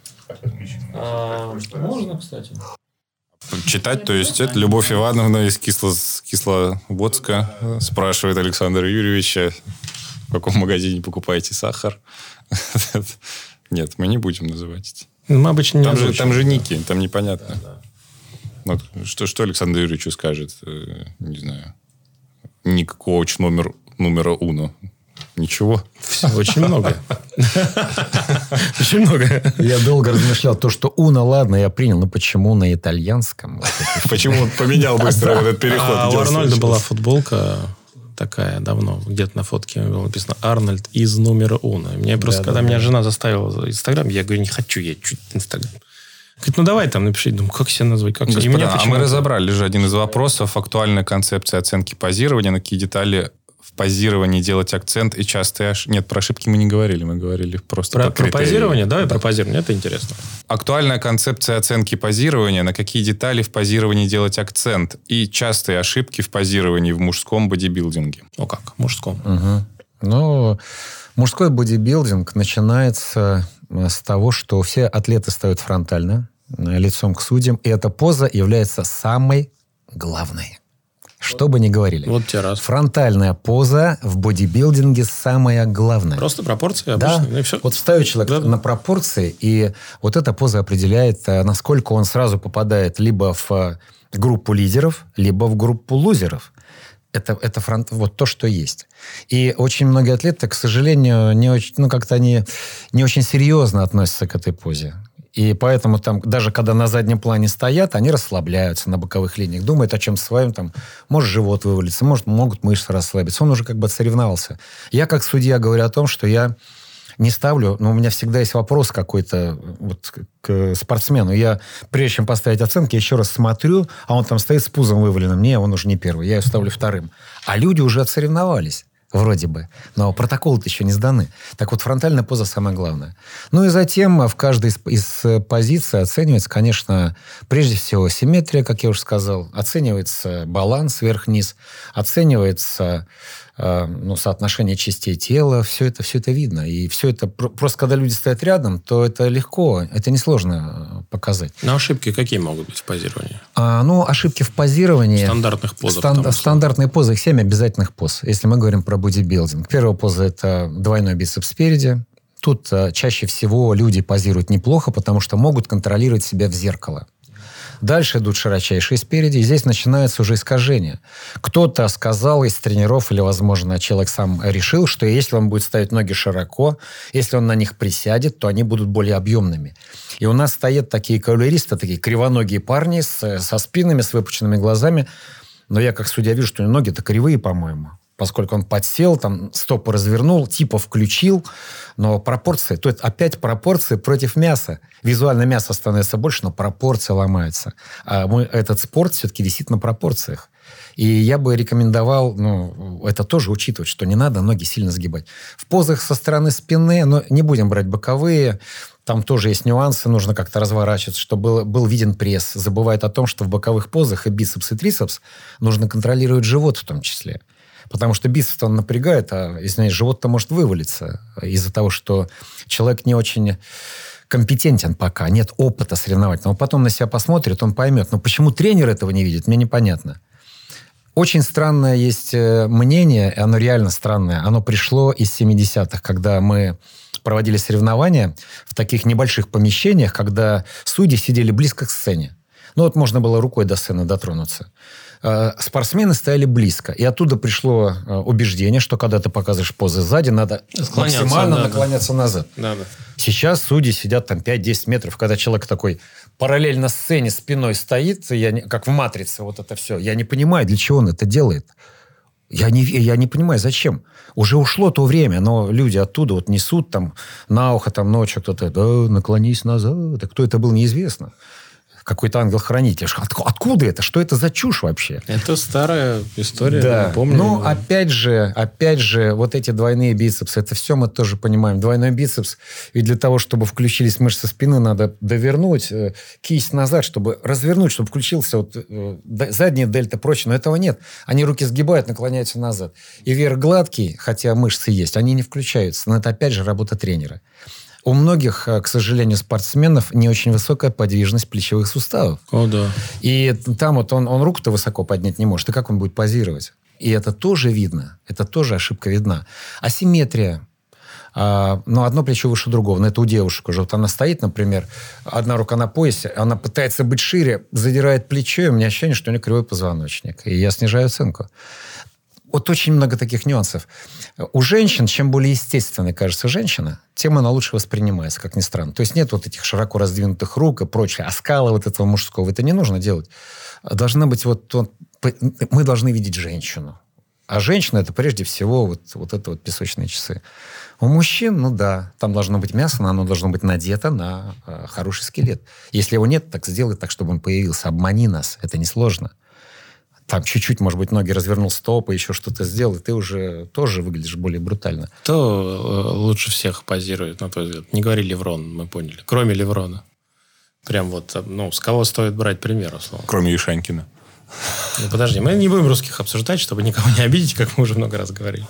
Можно, кстати. Читать, то есть это Любовь Ивановна из Кисловодска спрашивает Александра Юрьевича, в каком магазине покупаете сахар. Нет, мы не будем называть эти. Мы обычно не озвучиваем. Там же ники, там непонятно. Да. Что Александру Юрьевичу скажет? Не знаю. Ник коуч номера Уно. Ничего. Все, очень много. Очень много. Я долго размышлял. То, что Уно, ладно, я принял. Но почему на итальянском? Почему он поменял быстро этот переход? У Арнольда была футболка такая давно. Где-то на фотке было написано «Арнольд из номера Уно». Мне просто, когда меня жена заставила Инстаграм, я говорю, не хочу, я чуть Инстаграм. Говорит, давай там напиши. Думаю, как себя назвать? Как Господа, мы разобрали же один из вопросов. Актуальная концепция оценки позирования. На какие детали в позировании делать акцент и частые ошибки? Нет, про ошибки мы не говорили. Мы говорили просто про позирование? Давай про позирование. Это интересно. Актуальная концепция оценки позирования. На какие детали в позировании делать акцент и частые ошибки в позировании в мужском бодибилдинге. Как? В мужском. Мужской бодибилдинг начинается с того, что все атлеты стоят фронтально, лицом к судьям, и эта поза является самой главной. Что бы ни говорили. Вот тебе раз. Фронтальная поза в бодибилдинге самая главная. Просто пропорции обычно. Да. И все. Вот вставит человек на пропорции, и вот эта поза определяет, насколько он сразу попадает либо в группу лидеров, либо в группу лузеров. Это вот то, что есть. И очень многие атлеты, к сожалению, не очень, как-то они не очень серьезно относятся к этой позе. И поэтому там, даже когда на заднем плане стоят, они расслабляются на боковых линиях, думают о чем своем, там, может живот вывалиться, могут мышцы расслабиться. Он уже как бы отсоревновался. Я как судья говорю о том, что я не ставлю, но у меня всегда есть вопрос какой-то к спортсмену. Я, прежде чем поставить оценки, еще раз смотрю, а он там стоит с пузом вываленным. Не, он уже не первый, я его ставлю вторым. А люди уже отсоревновались. Вроде бы. Но протоколы-то еще не сданы. Так вот, фронтальная поза самое главное. И затем в каждой из позиций оценивается, конечно, прежде всего симметрия, как я уже сказал. Оценивается баланс вверх-вниз. Оценивается соотношение частей тела. Все это видно. И все это... Просто когда люди стоят рядом, то это легко. Это несложно показать. Но ошибки какие могут быть в позировании? Ошибки в позировании... В стандартных позах. Стандартные позы, 7 обязательных поз. Если мы говорим про бодибилдинг. Первая поза – это двойной бицепс спереди. Тут чаще всего люди позируют неплохо, потому что могут контролировать себя в зеркало. Дальше идут широчайшие спереди, и здесь начинается уже искажение. Кто-то сказал из тренеров, или, возможно, человек сам решил, что если он будет ставить ноги широко, если он на них присядет, то они будут более объемными. И у нас стоят такие кавалеристы, такие кривоногие парни со спинами, с выпученными глазами. Но я как судья вижу, что у него ноги-то кривые, по-моему. Поскольку он подсел, там стопы развернул, типа включил, но пропорции, то есть опять пропорции против мяса. Визуально мясо становится больше, но пропорции ломаются. А этот спорт все-таки висит на пропорциях. И я бы рекомендовал, это тоже учитывать, что не надо ноги сильно сгибать. В позах со стороны спины, но не будем брать боковые, там тоже есть нюансы, нужно как-то разворачиваться, чтобы был виден пресс. Забывает о том, что в боковых позах и бицепс, и трицепс нужно контролировать живот в том числе. Потому что бицепс он напрягает, а, извиняюсь, живот-то может вывалиться из-за того, что человек не очень компетентен пока, нет опыта соревновательного. Он потом на себя посмотрит, он поймет. Но почему тренер этого не видит, мне непонятно. Очень странное есть мнение, и оно реально странное. Оно пришло из 70-х, когда мы проводили соревнования в таких небольших помещениях, когда судьи сидели близко к сцене. Можно было рукой до сцены дотронуться. Спортсмены стояли близко. И оттуда пришло убеждение, что когда ты показываешь позы сзади, надо максимально наклоняться назад. Да. Сейчас судьи сидят там 5-10 метров, когда человек такой параллельно сцене спиной стоит, как в «Матрице», вот это все. Я не понимаю, для чего он это делает. Я не понимаю, зачем. Уже ушло то время, но люди оттуда несут там на ухо там ночью кто-то, наклонись назад. А кто это был, неизвестно. Какой-то ангел-хранитель. Откуда это? Что это за чушь вообще? Это старая история. Да. Помню. Опять же, вот эти двойные бицепсы, это все мы тоже понимаем. Двойной бицепс, и для того, чтобы включились мышцы спины, надо довернуть кисть назад, чтобы развернуть, чтобы включился задняя дельта прочее. Но этого нет. Они руки сгибают, наклоняются назад. И верх гладкий, хотя мышцы есть, они не включаются. Но это опять же работа тренера. У многих, к сожалению, спортсменов не очень высокая подвижность плечевых суставов. О, да. И там он руку-то высоко поднять не может. И как он будет позировать? И это тоже видно. Это тоже ошибка видна. Асимметрия. Одно плечо выше другого. Но это у девушек уже. Она стоит, например, одна рука на поясе, она пытается быть шире, задирает плечо, и у меня ощущение, что у нее кривой позвоночник. И я снижаю оценку. Очень много таких нюансов. У женщин, чем более естественной кажется женщина, тем она лучше воспринимается, как ни странно. То есть нет этих широко раздвинутых рук и прочее, оскала этого мужского. Это не нужно делать. Должна быть мы должны видеть женщину. А женщина – это прежде всего это песочные часы. У мужчин, там должно быть мясо, но оно должно быть надето на хороший скелет. Если его нет, так сделай так, чтобы он появился. Обмани нас. Это несложно. Там чуть-чуть, может быть, ноги развернул, стопы, еще что-то сделал, и ты уже тоже выглядишь более брутально. Кто лучше всех позирует, на твой взгляд? Не говори Леврон, мы поняли. Кроме Леврона. Прям с кого стоит брать пример, условно? Кроме Ишанькина. Подожди, мы не будем русских обсуждать, чтобы никого не обидеть, как мы уже много раз говорили.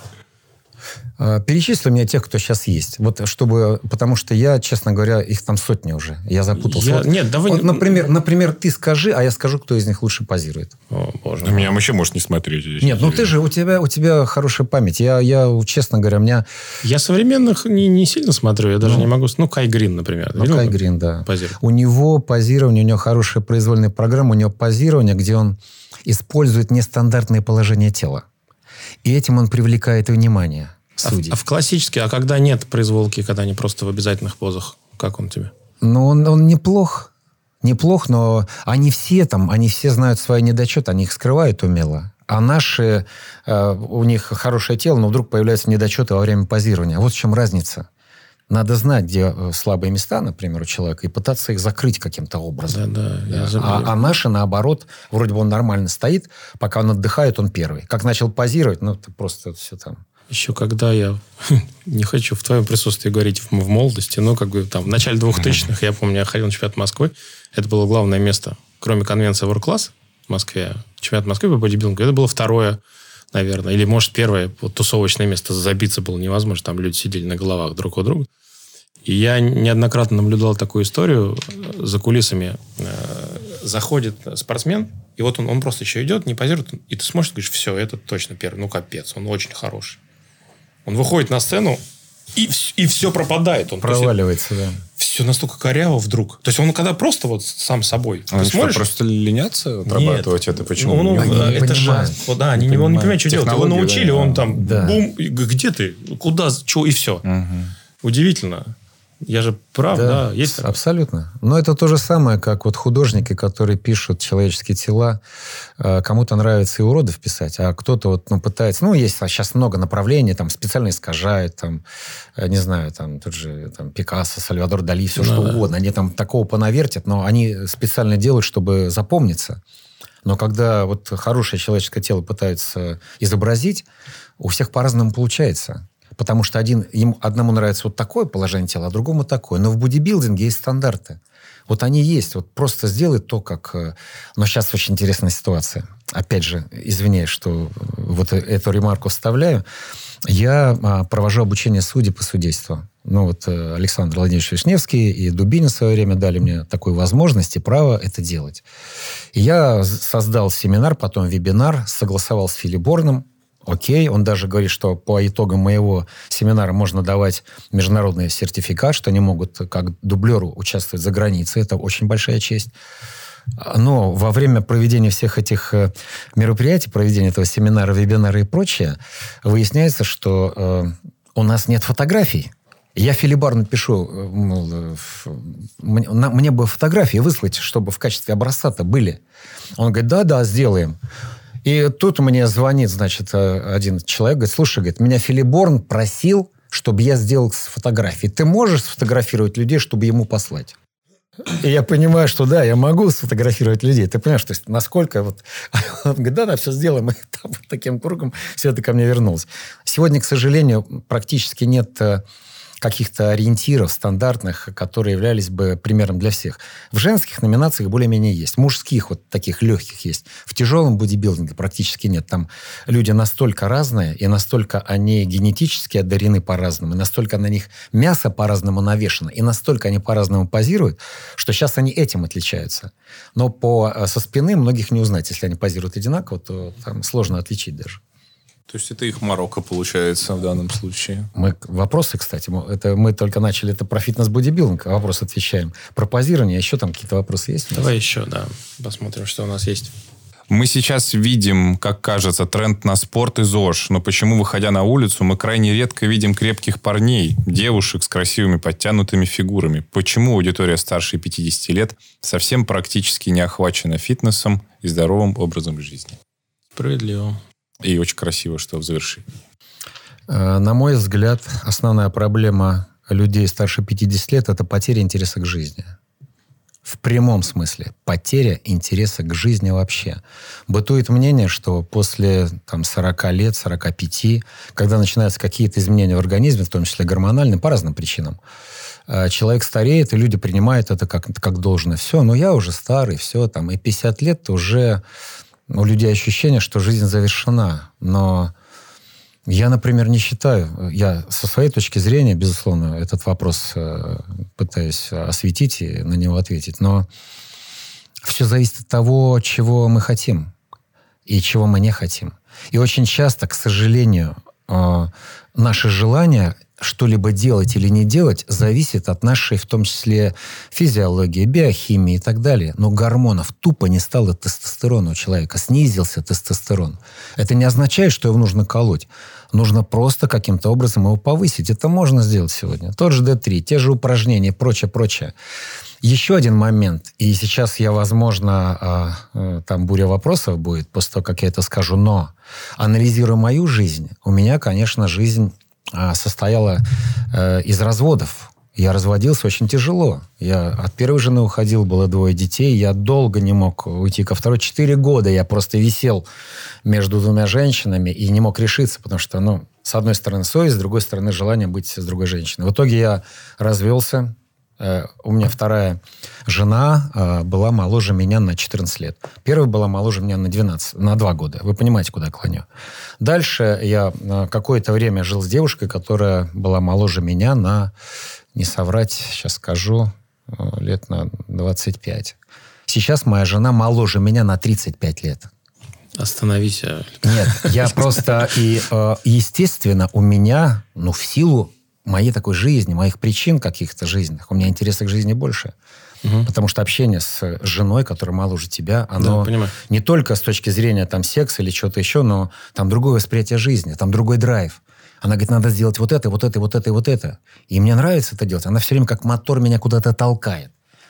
Перечисли мне тех, кто сейчас есть. Потому что я, честно говоря, их там сотни уже. Я запутался. Нет, давай... Например, ты скажи, а я скажу, кто из них лучше позирует. О, боже. Меня вообще можешь не смотреть. Нет, у тебя хорошая память. Я, честно говоря, Я современных не сильно смотрю. Я даже не могу... Кай Грин, например. Кай Грин, да. Позирует. У него позирование, у него хорошая произвольная программа, у него позирование, где он использует нестандартные положения тела. И этим он привлекает внимание судей. В классические, когда нет произволки, когда они просто в обязательных позах, как он тебе? Он неплох. Неплох, но они все знают свои недочеты, они их скрывают умело. А наши, у них хорошее тело, но вдруг появляются недочеты во время позирования. Вот в чем разница. Надо знать, где слабые места, например, у человека, и пытаться их закрыть каким-то образом. А наши, наоборот, вроде бы он нормально стоит, пока он отдыхает, он первый. Как начал позировать, это просто все там. Еще когда я, не хочу в твоем присутствии говорить в молодости, в начале 2000-х, я помню, я ходил на чемпионат Москвы, это было главное место, кроме конвенции World Class в Москве, чемпионат Москвы по бодибилдингу, это было второе, наверное, или, может, первое тусовочное место, забиться было невозможно, там люди сидели на головах друг у друга. И я неоднократно наблюдал такую историю, за кулисами заходит спортсмен, и он просто еще идет, не позирует, и ты смотришь, говоришь, все, это точно первый, капец, он очень хороший. Он выходит на сцену, и все пропадает. Он проваливается, да. Все настолько коряво вдруг. То есть он когда просто сам собой. Они что, просто ленятся отрабатывать это? Почему? Это же... Он не понимает, что делать. Его научили, он там, бум, где ты? Куда? Что? И все. Удивительно. Я же прав, да? Есть абсолютно. Но это то же самое, как художники, которые пишут человеческие тела. Кому-то нравится и уродов писать, а кто-то пытается... есть сейчас много направлений, специально искажают, не знаю, тот же Пикассо, Сальвадор Дали, все что угодно. Они такого понавертят, но они специально делают, чтобы запомниться. Но когда вот хорошее человеческое тело пытаются изобразить, у всех по-разному получается. Потому что одному нравится вот такое положение тела, а другому такое. Но в бодибилдинге есть стандарты. Вот они есть. Вот просто сделай то, как... Но сейчас очень интересная ситуация. Опять же, извиняюсь, что вот эту ремарку вставляю. Я провожу обучение судей по судейству. Ну вот Александр Владимирович Вишневский и Дубинин в свое время дали мне такую возможность и право это делать. И я создал семинар, потом вебинар, согласовал с Филиборном. Окей, он даже говорит, что по итогам моего семинара можно давать международный сертификат, что они могут как дублеру участвовать за границей. Это очень большая честь. Но во время проведения всех этих мероприятий, проведения этого семинара, вебинара и прочее, выясняется, что у нас нет фотографий. Я Филиборну пишу, мол, мне бы фотографии выслать, чтобы в качестве образца-то были. Он говорит, да, сделаем. И тут мне звонит, значит, один человек, говорит, слушай, говорит, меня Филиборн просил, чтобы я сделал фотографии. Ты можешь сфотографировать людей, чтобы ему послать? И я понимаю, что да, я могу сфотографировать людей. Ты понимаешь, то есть насколько вот... Он говорит, да, все сделаем. И там вот таким кругом все это ко мне вернулось. Сегодня, к сожалению, практически нет каких-то ориентиров стандартных, которые являлись бы примером для всех. В женских номинациях более-менее есть. Мужских вот таких легких есть. В тяжелом бодибилдинге практически нет. Там люди настолько разные, и настолько они генетически одарены по-разному, и настолько на них мясо по-разному навешено, и настолько они по-разному позируют, что сейчас они этим отличаются. Но со спины многих не узнать. Если они позируют одинаково, то там сложно отличить даже. То есть это их Марокко получается в данном случае. Вопросы, кстати, мы только начали это про фитнес-бодибилдинг, а вопрос отвечаем. Про позирование, еще там какие-то вопросы есть? Давай еще, да, посмотрим, что у нас есть. Мы сейчас видим, как кажется, тренд на спорт и ЗОЖ. Но почему, выходя на улицу, мы крайне редко видим крепких парней, девушек с красивыми подтянутыми фигурами? Почему аудитория старше 50 лет совсем практически не охвачена фитнесом и здоровым образом жизни? Справедливо. И очень красиво, что в завершении. На мой взгляд, основная проблема людей старше 50 лет – это потеря интереса к жизни. В прямом смысле. Потеря интереса к жизни вообще. Бытует мнение, что после 40 лет, 45, когда начинаются какие-то изменения в организме, в том числе гормональные, по разным причинам, человек стареет, и люди принимают это как должное. Все, я уже старый, все, и 50 лет уже... У людей ощущение, что жизнь завершена. Но я, например, не считаю. Я со своей точки зрения, безусловно, этот вопрос пытаюсь осветить и на него ответить. Но все зависит от того, чего мы хотим и чего мы не хотим. И очень часто, к сожалению, наши желания что-либо делать или не делать зависит от нашей, в том числе, физиологии, биохимии и так далее. Но гормонов тупо не стало тестостерона у человека. Снизился тестостерон. Это не означает, что его нужно колоть. Нужно просто каким-то образом его повысить. Это можно сделать сегодня. Тот же D3, те же упражнения, прочее. Еще один момент. И сейчас я, возможно, там буря вопросов будет после того, как я это скажу. Но, анализируя мою жизнь, у меня, конечно, жизнь... состояла из разводов. Я разводился очень тяжело. Я от первой жены уходил, было 2 детей. Я долго не мог уйти ко второй. 4 года я просто висел между 2 женщинами и не мог решиться, потому что, с одной стороны, совесть, с другой стороны, желание быть с другой женщиной. В итоге я развелся. У меня вторая жена была моложе меня на 14 лет. Первая была моложе меня на 2 года. Вы понимаете, куда я клоню. Дальше я какое-то время жил с девушкой, которая была моложе меня на, не соврать, сейчас скажу, лет на 25. Сейчас моя жена моложе меня на 35 лет. Остановись. Нет, я просто... И, естественно, у меня, в силу моей такой жизни, моих причин каких-то жизненных, у меня интереса к жизни больше. Потому что общение с женой, которая моложе тебя, оно не только с точки зрения секса или чего-то еще, но там другое восприятие жизни, там другой драйв. Она говорит, надо сделать вот это, вот это, вот это и вот это. И мне нравится это делать. Она все время как мотор меня куда-то толкает.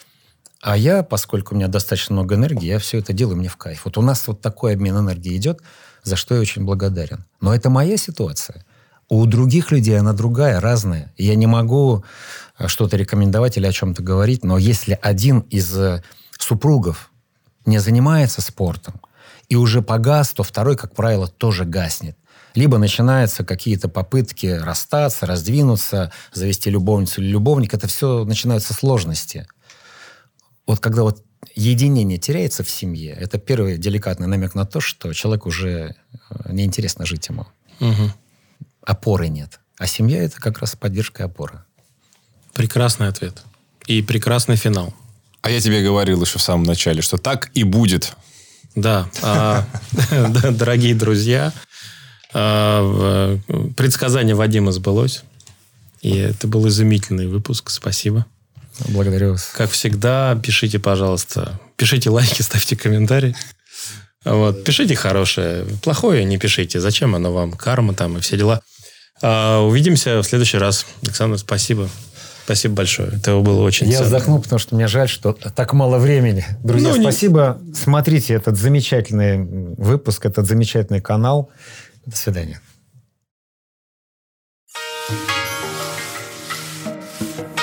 А я, поскольку у меня достаточно много энергии, я все это делаю, мне в кайф. Вот у нас вот такой обмен энергии идет, за что я очень благодарен. Но это моя ситуация. У других людей она другая, разная. И я не могу что-то рекомендовать или о чем-то говорить, но если один из супругов не занимается спортом, и уже погас, то второй, как правило, тоже гаснет. Либо начинаются какие-то попытки расстаться, раздвинуться, завести любовницу или любовника. Это все начинаются сложности. Вот когда вот единение теряется в семье, это первый деликатный намек на то, что человеку уже неинтересно жить ему. Угу. Опоры нет. А семья – это как раз поддержка и опора. Прекрасный ответ. И прекрасный финал. А я тебе говорил еще в самом начале, что так и будет. Да. Дорогие друзья, предсказание Вадима сбылось. И это был изумительный выпуск. Спасибо. Благодарю вас. Как всегда, пишите, пожалуйста. Пишите лайки, ставьте комментарии. Вот. Пишите хорошее. Плохое не пишите. Зачем оно вам? Карма там и все дела. Увидимся в следующий раз. Александр, спасибо. Спасибо большое. Это было очень Я ценно. вздохнул, потому что мне жаль, что так мало времени. Друзья, спасибо. Смотрите этот замечательный выпуск, этот замечательный канал. До свидания.